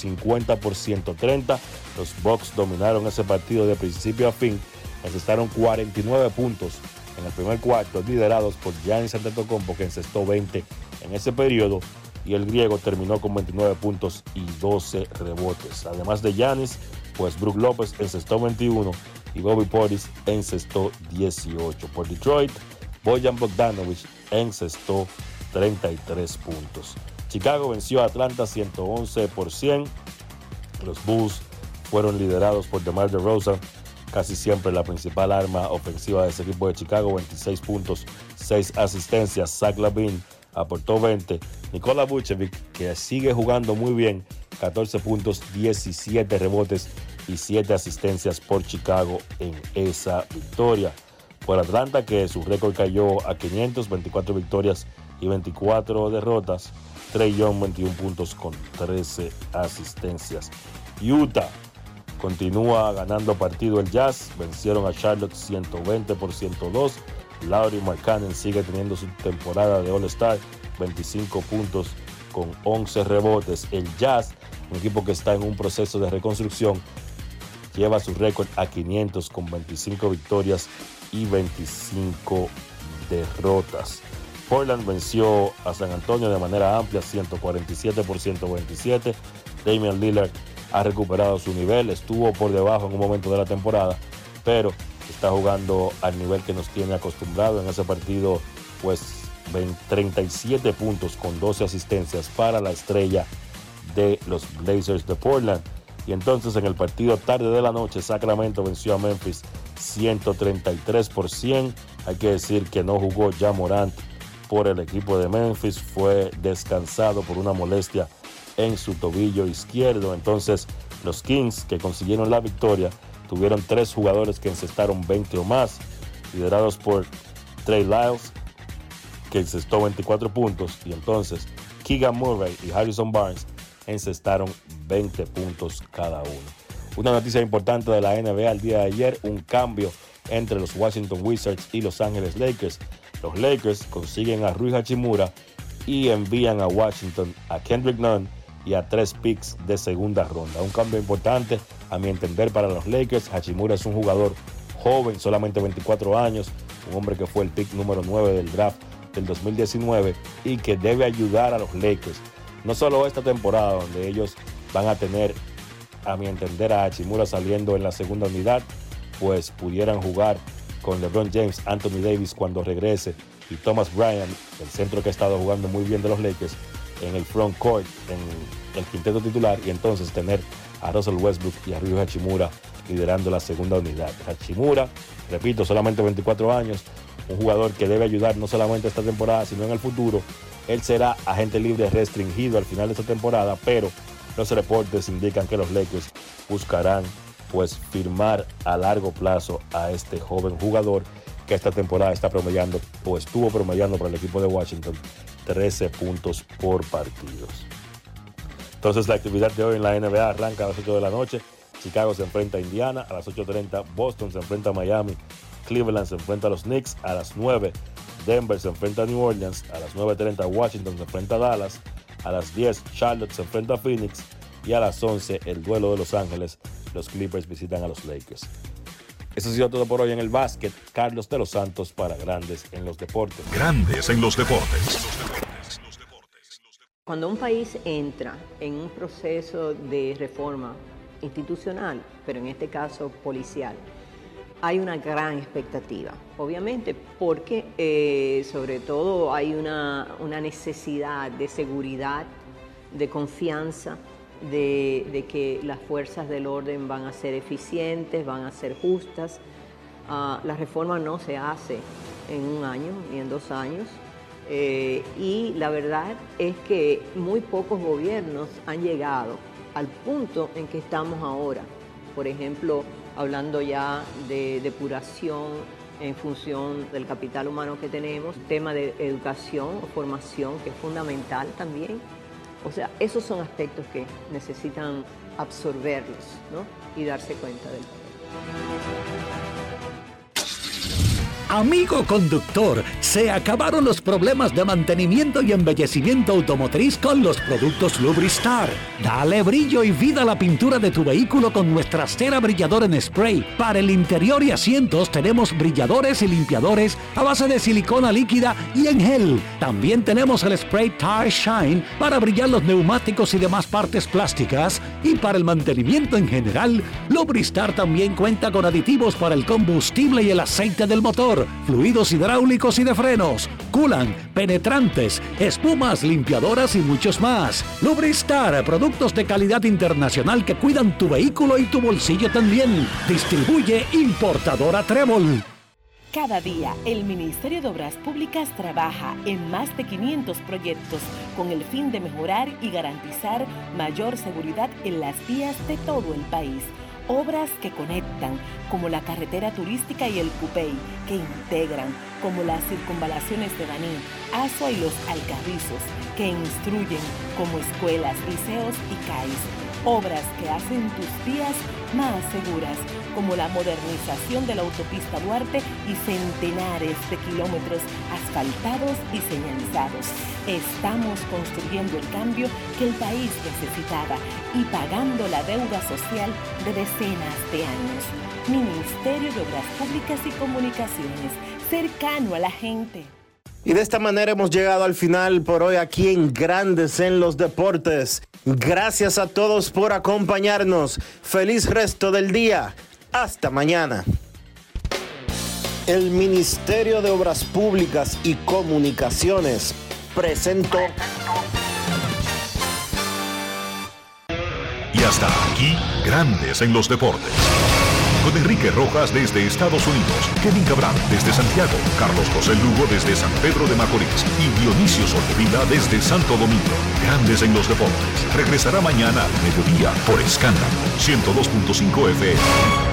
150-130. Los Bucks dominaron ese partido de principio a fin. Encestaron 49 puntos en el primer cuarto, liderados por Giannis Antetokounmpo, que encestó 20 en ese periodo. Y el griego terminó con 29 puntos y 12 rebotes. Además de Giannis, Brook López encestó 21 y Bobby Portis encestó 18. Por Detroit, Bojan Bogdanovic encestó 33 puntos. Chicago venció a Atlanta 111%. Los Bulls fueron liderados por DeMar DeRozan, casi siempre la principal arma ofensiva de ese equipo de Chicago, 26 puntos, 6 asistencias. Zach LaVine aportó 20. Nikola Vucevic, que sigue jugando muy bien, 14 puntos, 17 rebotes y 7 asistencias por Chicago en esa victoria. Por Atlanta, que su récord cayó a 524 victorias y 24 derrotas. Trae Young, 21 puntos con 13 asistencias. Utah continúa ganando partido el Jazz. Vencieron a Charlotte 120-102. Lauri Markkanen sigue teniendo su temporada de All-Star. 25 puntos con 11 rebotes. El Jazz, un equipo que está en un proceso de reconstrucción, lleva su récord a 500 con 25 victorias y 25 derrotas. Portland venció a San Antonio de manera amplia, 147-127. Damian Lillard ha recuperado su nivel, estuvo por debajo en un momento de la temporada, pero está jugando al nivel que nos tiene acostumbrado. En ese partido, 37 puntos con 12 asistencias para la estrella de los Blazers de Portland. Y entonces en el partido tarde de la noche, Sacramento venció a Memphis 133%. Hay que decir que no jugó Ja Morant por el equipo de Memphis, fue descansado por una molestia en su tobillo izquierdo. Entonces los Kings, que consiguieron la victoria, tuvieron 3 jugadores que encestaron 20 o más, liderados por Trey Lyles, que encestó 24 puntos, y entonces Keegan Murray y Harrison Barnes encestaron 20 puntos cada uno. Una noticia importante de la NBA el día de ayer, un cambio entre los Washington Wizards y Los Ángeles Lakers. Los Lakers consiguen a Rui Hachimura y envían a Washington a Kendrick Nunn y a 3 picks de segunda ronda. Un cambio importante, a mi entender, para los Lakers. Hachimura es un jugador joven, solamente 24 años, un hombre que fue el pick número 9 del draft del 2019 y que debe ayudar a los Lakers. No solo esta temporada, donde ellos van a tener, a mi entender, a Hachimura saliendo en la segunda unidad, pues pudieran jugar con LeBron James, Anthony Davis cuando regrese y Thomas Bryant, el centro que ha estado jugando muy bien de los Lakers, en el front court, en el quinteto titular, y entonces tener a Russell Westbrook y a Rui Hachimura liderando la segunda unidad. Hachimura, repito, solamente 24 años, un jugador que debe ayudar no solamente esta temporada, sino en el futuro. Él será agente libre restringido al final de esta temporada, pero los reportes indican que los Lakers buscarán pues firmar a largo plazo a este joven jugador que esta temporada está promediando, o estuvo promediando para el equipo de Washington, 13 puntos por partidos. Entonces la actividad de hoy en la NBA arranca a las 8 de la noche. Chicago se enfrenta a Indiana, a las 8:30 Boston se enfrenta a Miami, Cleveland se enfrenta a los Knicks, a las 9 Denver se enfrenta a New Orleans, a las 9:30 Washington se enfrenta a Dallas, a las 10 Charlotte se enfrenta a Phoenix y a las 11 el duelo de Los Ángeles, los Clippers visitan a los Lakers. Eso ha sido todo por hoy en el básquet. Carlos de los Santos para Grandes en los Deportes. Grandes en los Deportes. Cuando un país entra en un proceso de reforma institucional, pero en este caso policial, hay una gran expectativa, obviamente, porque sobre todo hay una necesidad de seguridad, de confianza, de que las fuerzas del orden van a ser eficientes, van a ser justas. La reforma no se hace en un año ni en 2 años. Y la verdad es que muy pocos gobiernos han llegado al punto en que estamos ahora. Por ejemplo, hablando ya de depuración en función del capital humano que tenemos, tema de educación o formación, que es fundamental también. O sea, esos son aspectos que necesitan absorberlos, ¿no? Y darse cuenta del poder. Amigo conductor, se acabaron los problemas de mantenimiento y embellecimiento automotriz con los productos Lubristar. Dale brillo y vida a la pintura de tu vehículo con nuestra cera brilladora en spray. Para el interior y asientos tenemos brilladores y limpiadores a base de silicona líquida y en gel. También tenemos el spray Tire Shine para brillar los neumáticos y demás partes plásticas. Y para el mantenimiento en general, Lubristar también cuenta con aditivos para el combustible y el aceite del motor, fluidos hidráulicos y de frenos, culan, penetrantes, espumas, limpiadoras y muchos más. Lubristar, productos de calidad internacional que cuidan tu vehículo y tu bolsillo también. Distribuye importadora Trébol. Cada día, el Ministerio de Obras Públicas trabaja en más de 500 proyectos con el fin de mejorar y garantizar mayor seguridad en las vías de todo el país. Obras que conectan, como la carretera turística y el Cupey, que integran, como las circunvalaciones de Baní, Asua y los Alcarrizos, que instruyen, como escuelas, liceos y CAIS. Obras que hacen tus vías más seguras, como la modernización de la autopista Duarte y centenares de kilómetros asfaltados y señalizados. Estamos construyendo el cambio que el país necesitaba y pagando la deuda social de decenas de años. Ministerio de Obras Públicas y Comunicaciones, cercano a la gente. Y de esta manera hemos llegado al final por hoy aquí en Grandes en los Deportes. Gracias a todos por acompañarnos. Feliz resto del día. Hasta mañana. El Ministerio de Obras Públicas y Comunicaciones presentó. Y hasta aquí, Grandes en los Deportes. Con Enrique Rojas desde Estados Unidos, Kevin Cabral desde Santiago, Carlos José Lugo desde San Pedro de Macorís y Dionisio Soldevila desde Santo Domingo. Grandes en los Deportes. Regresará mañana a mediodía por Escándalo 102.5 FM.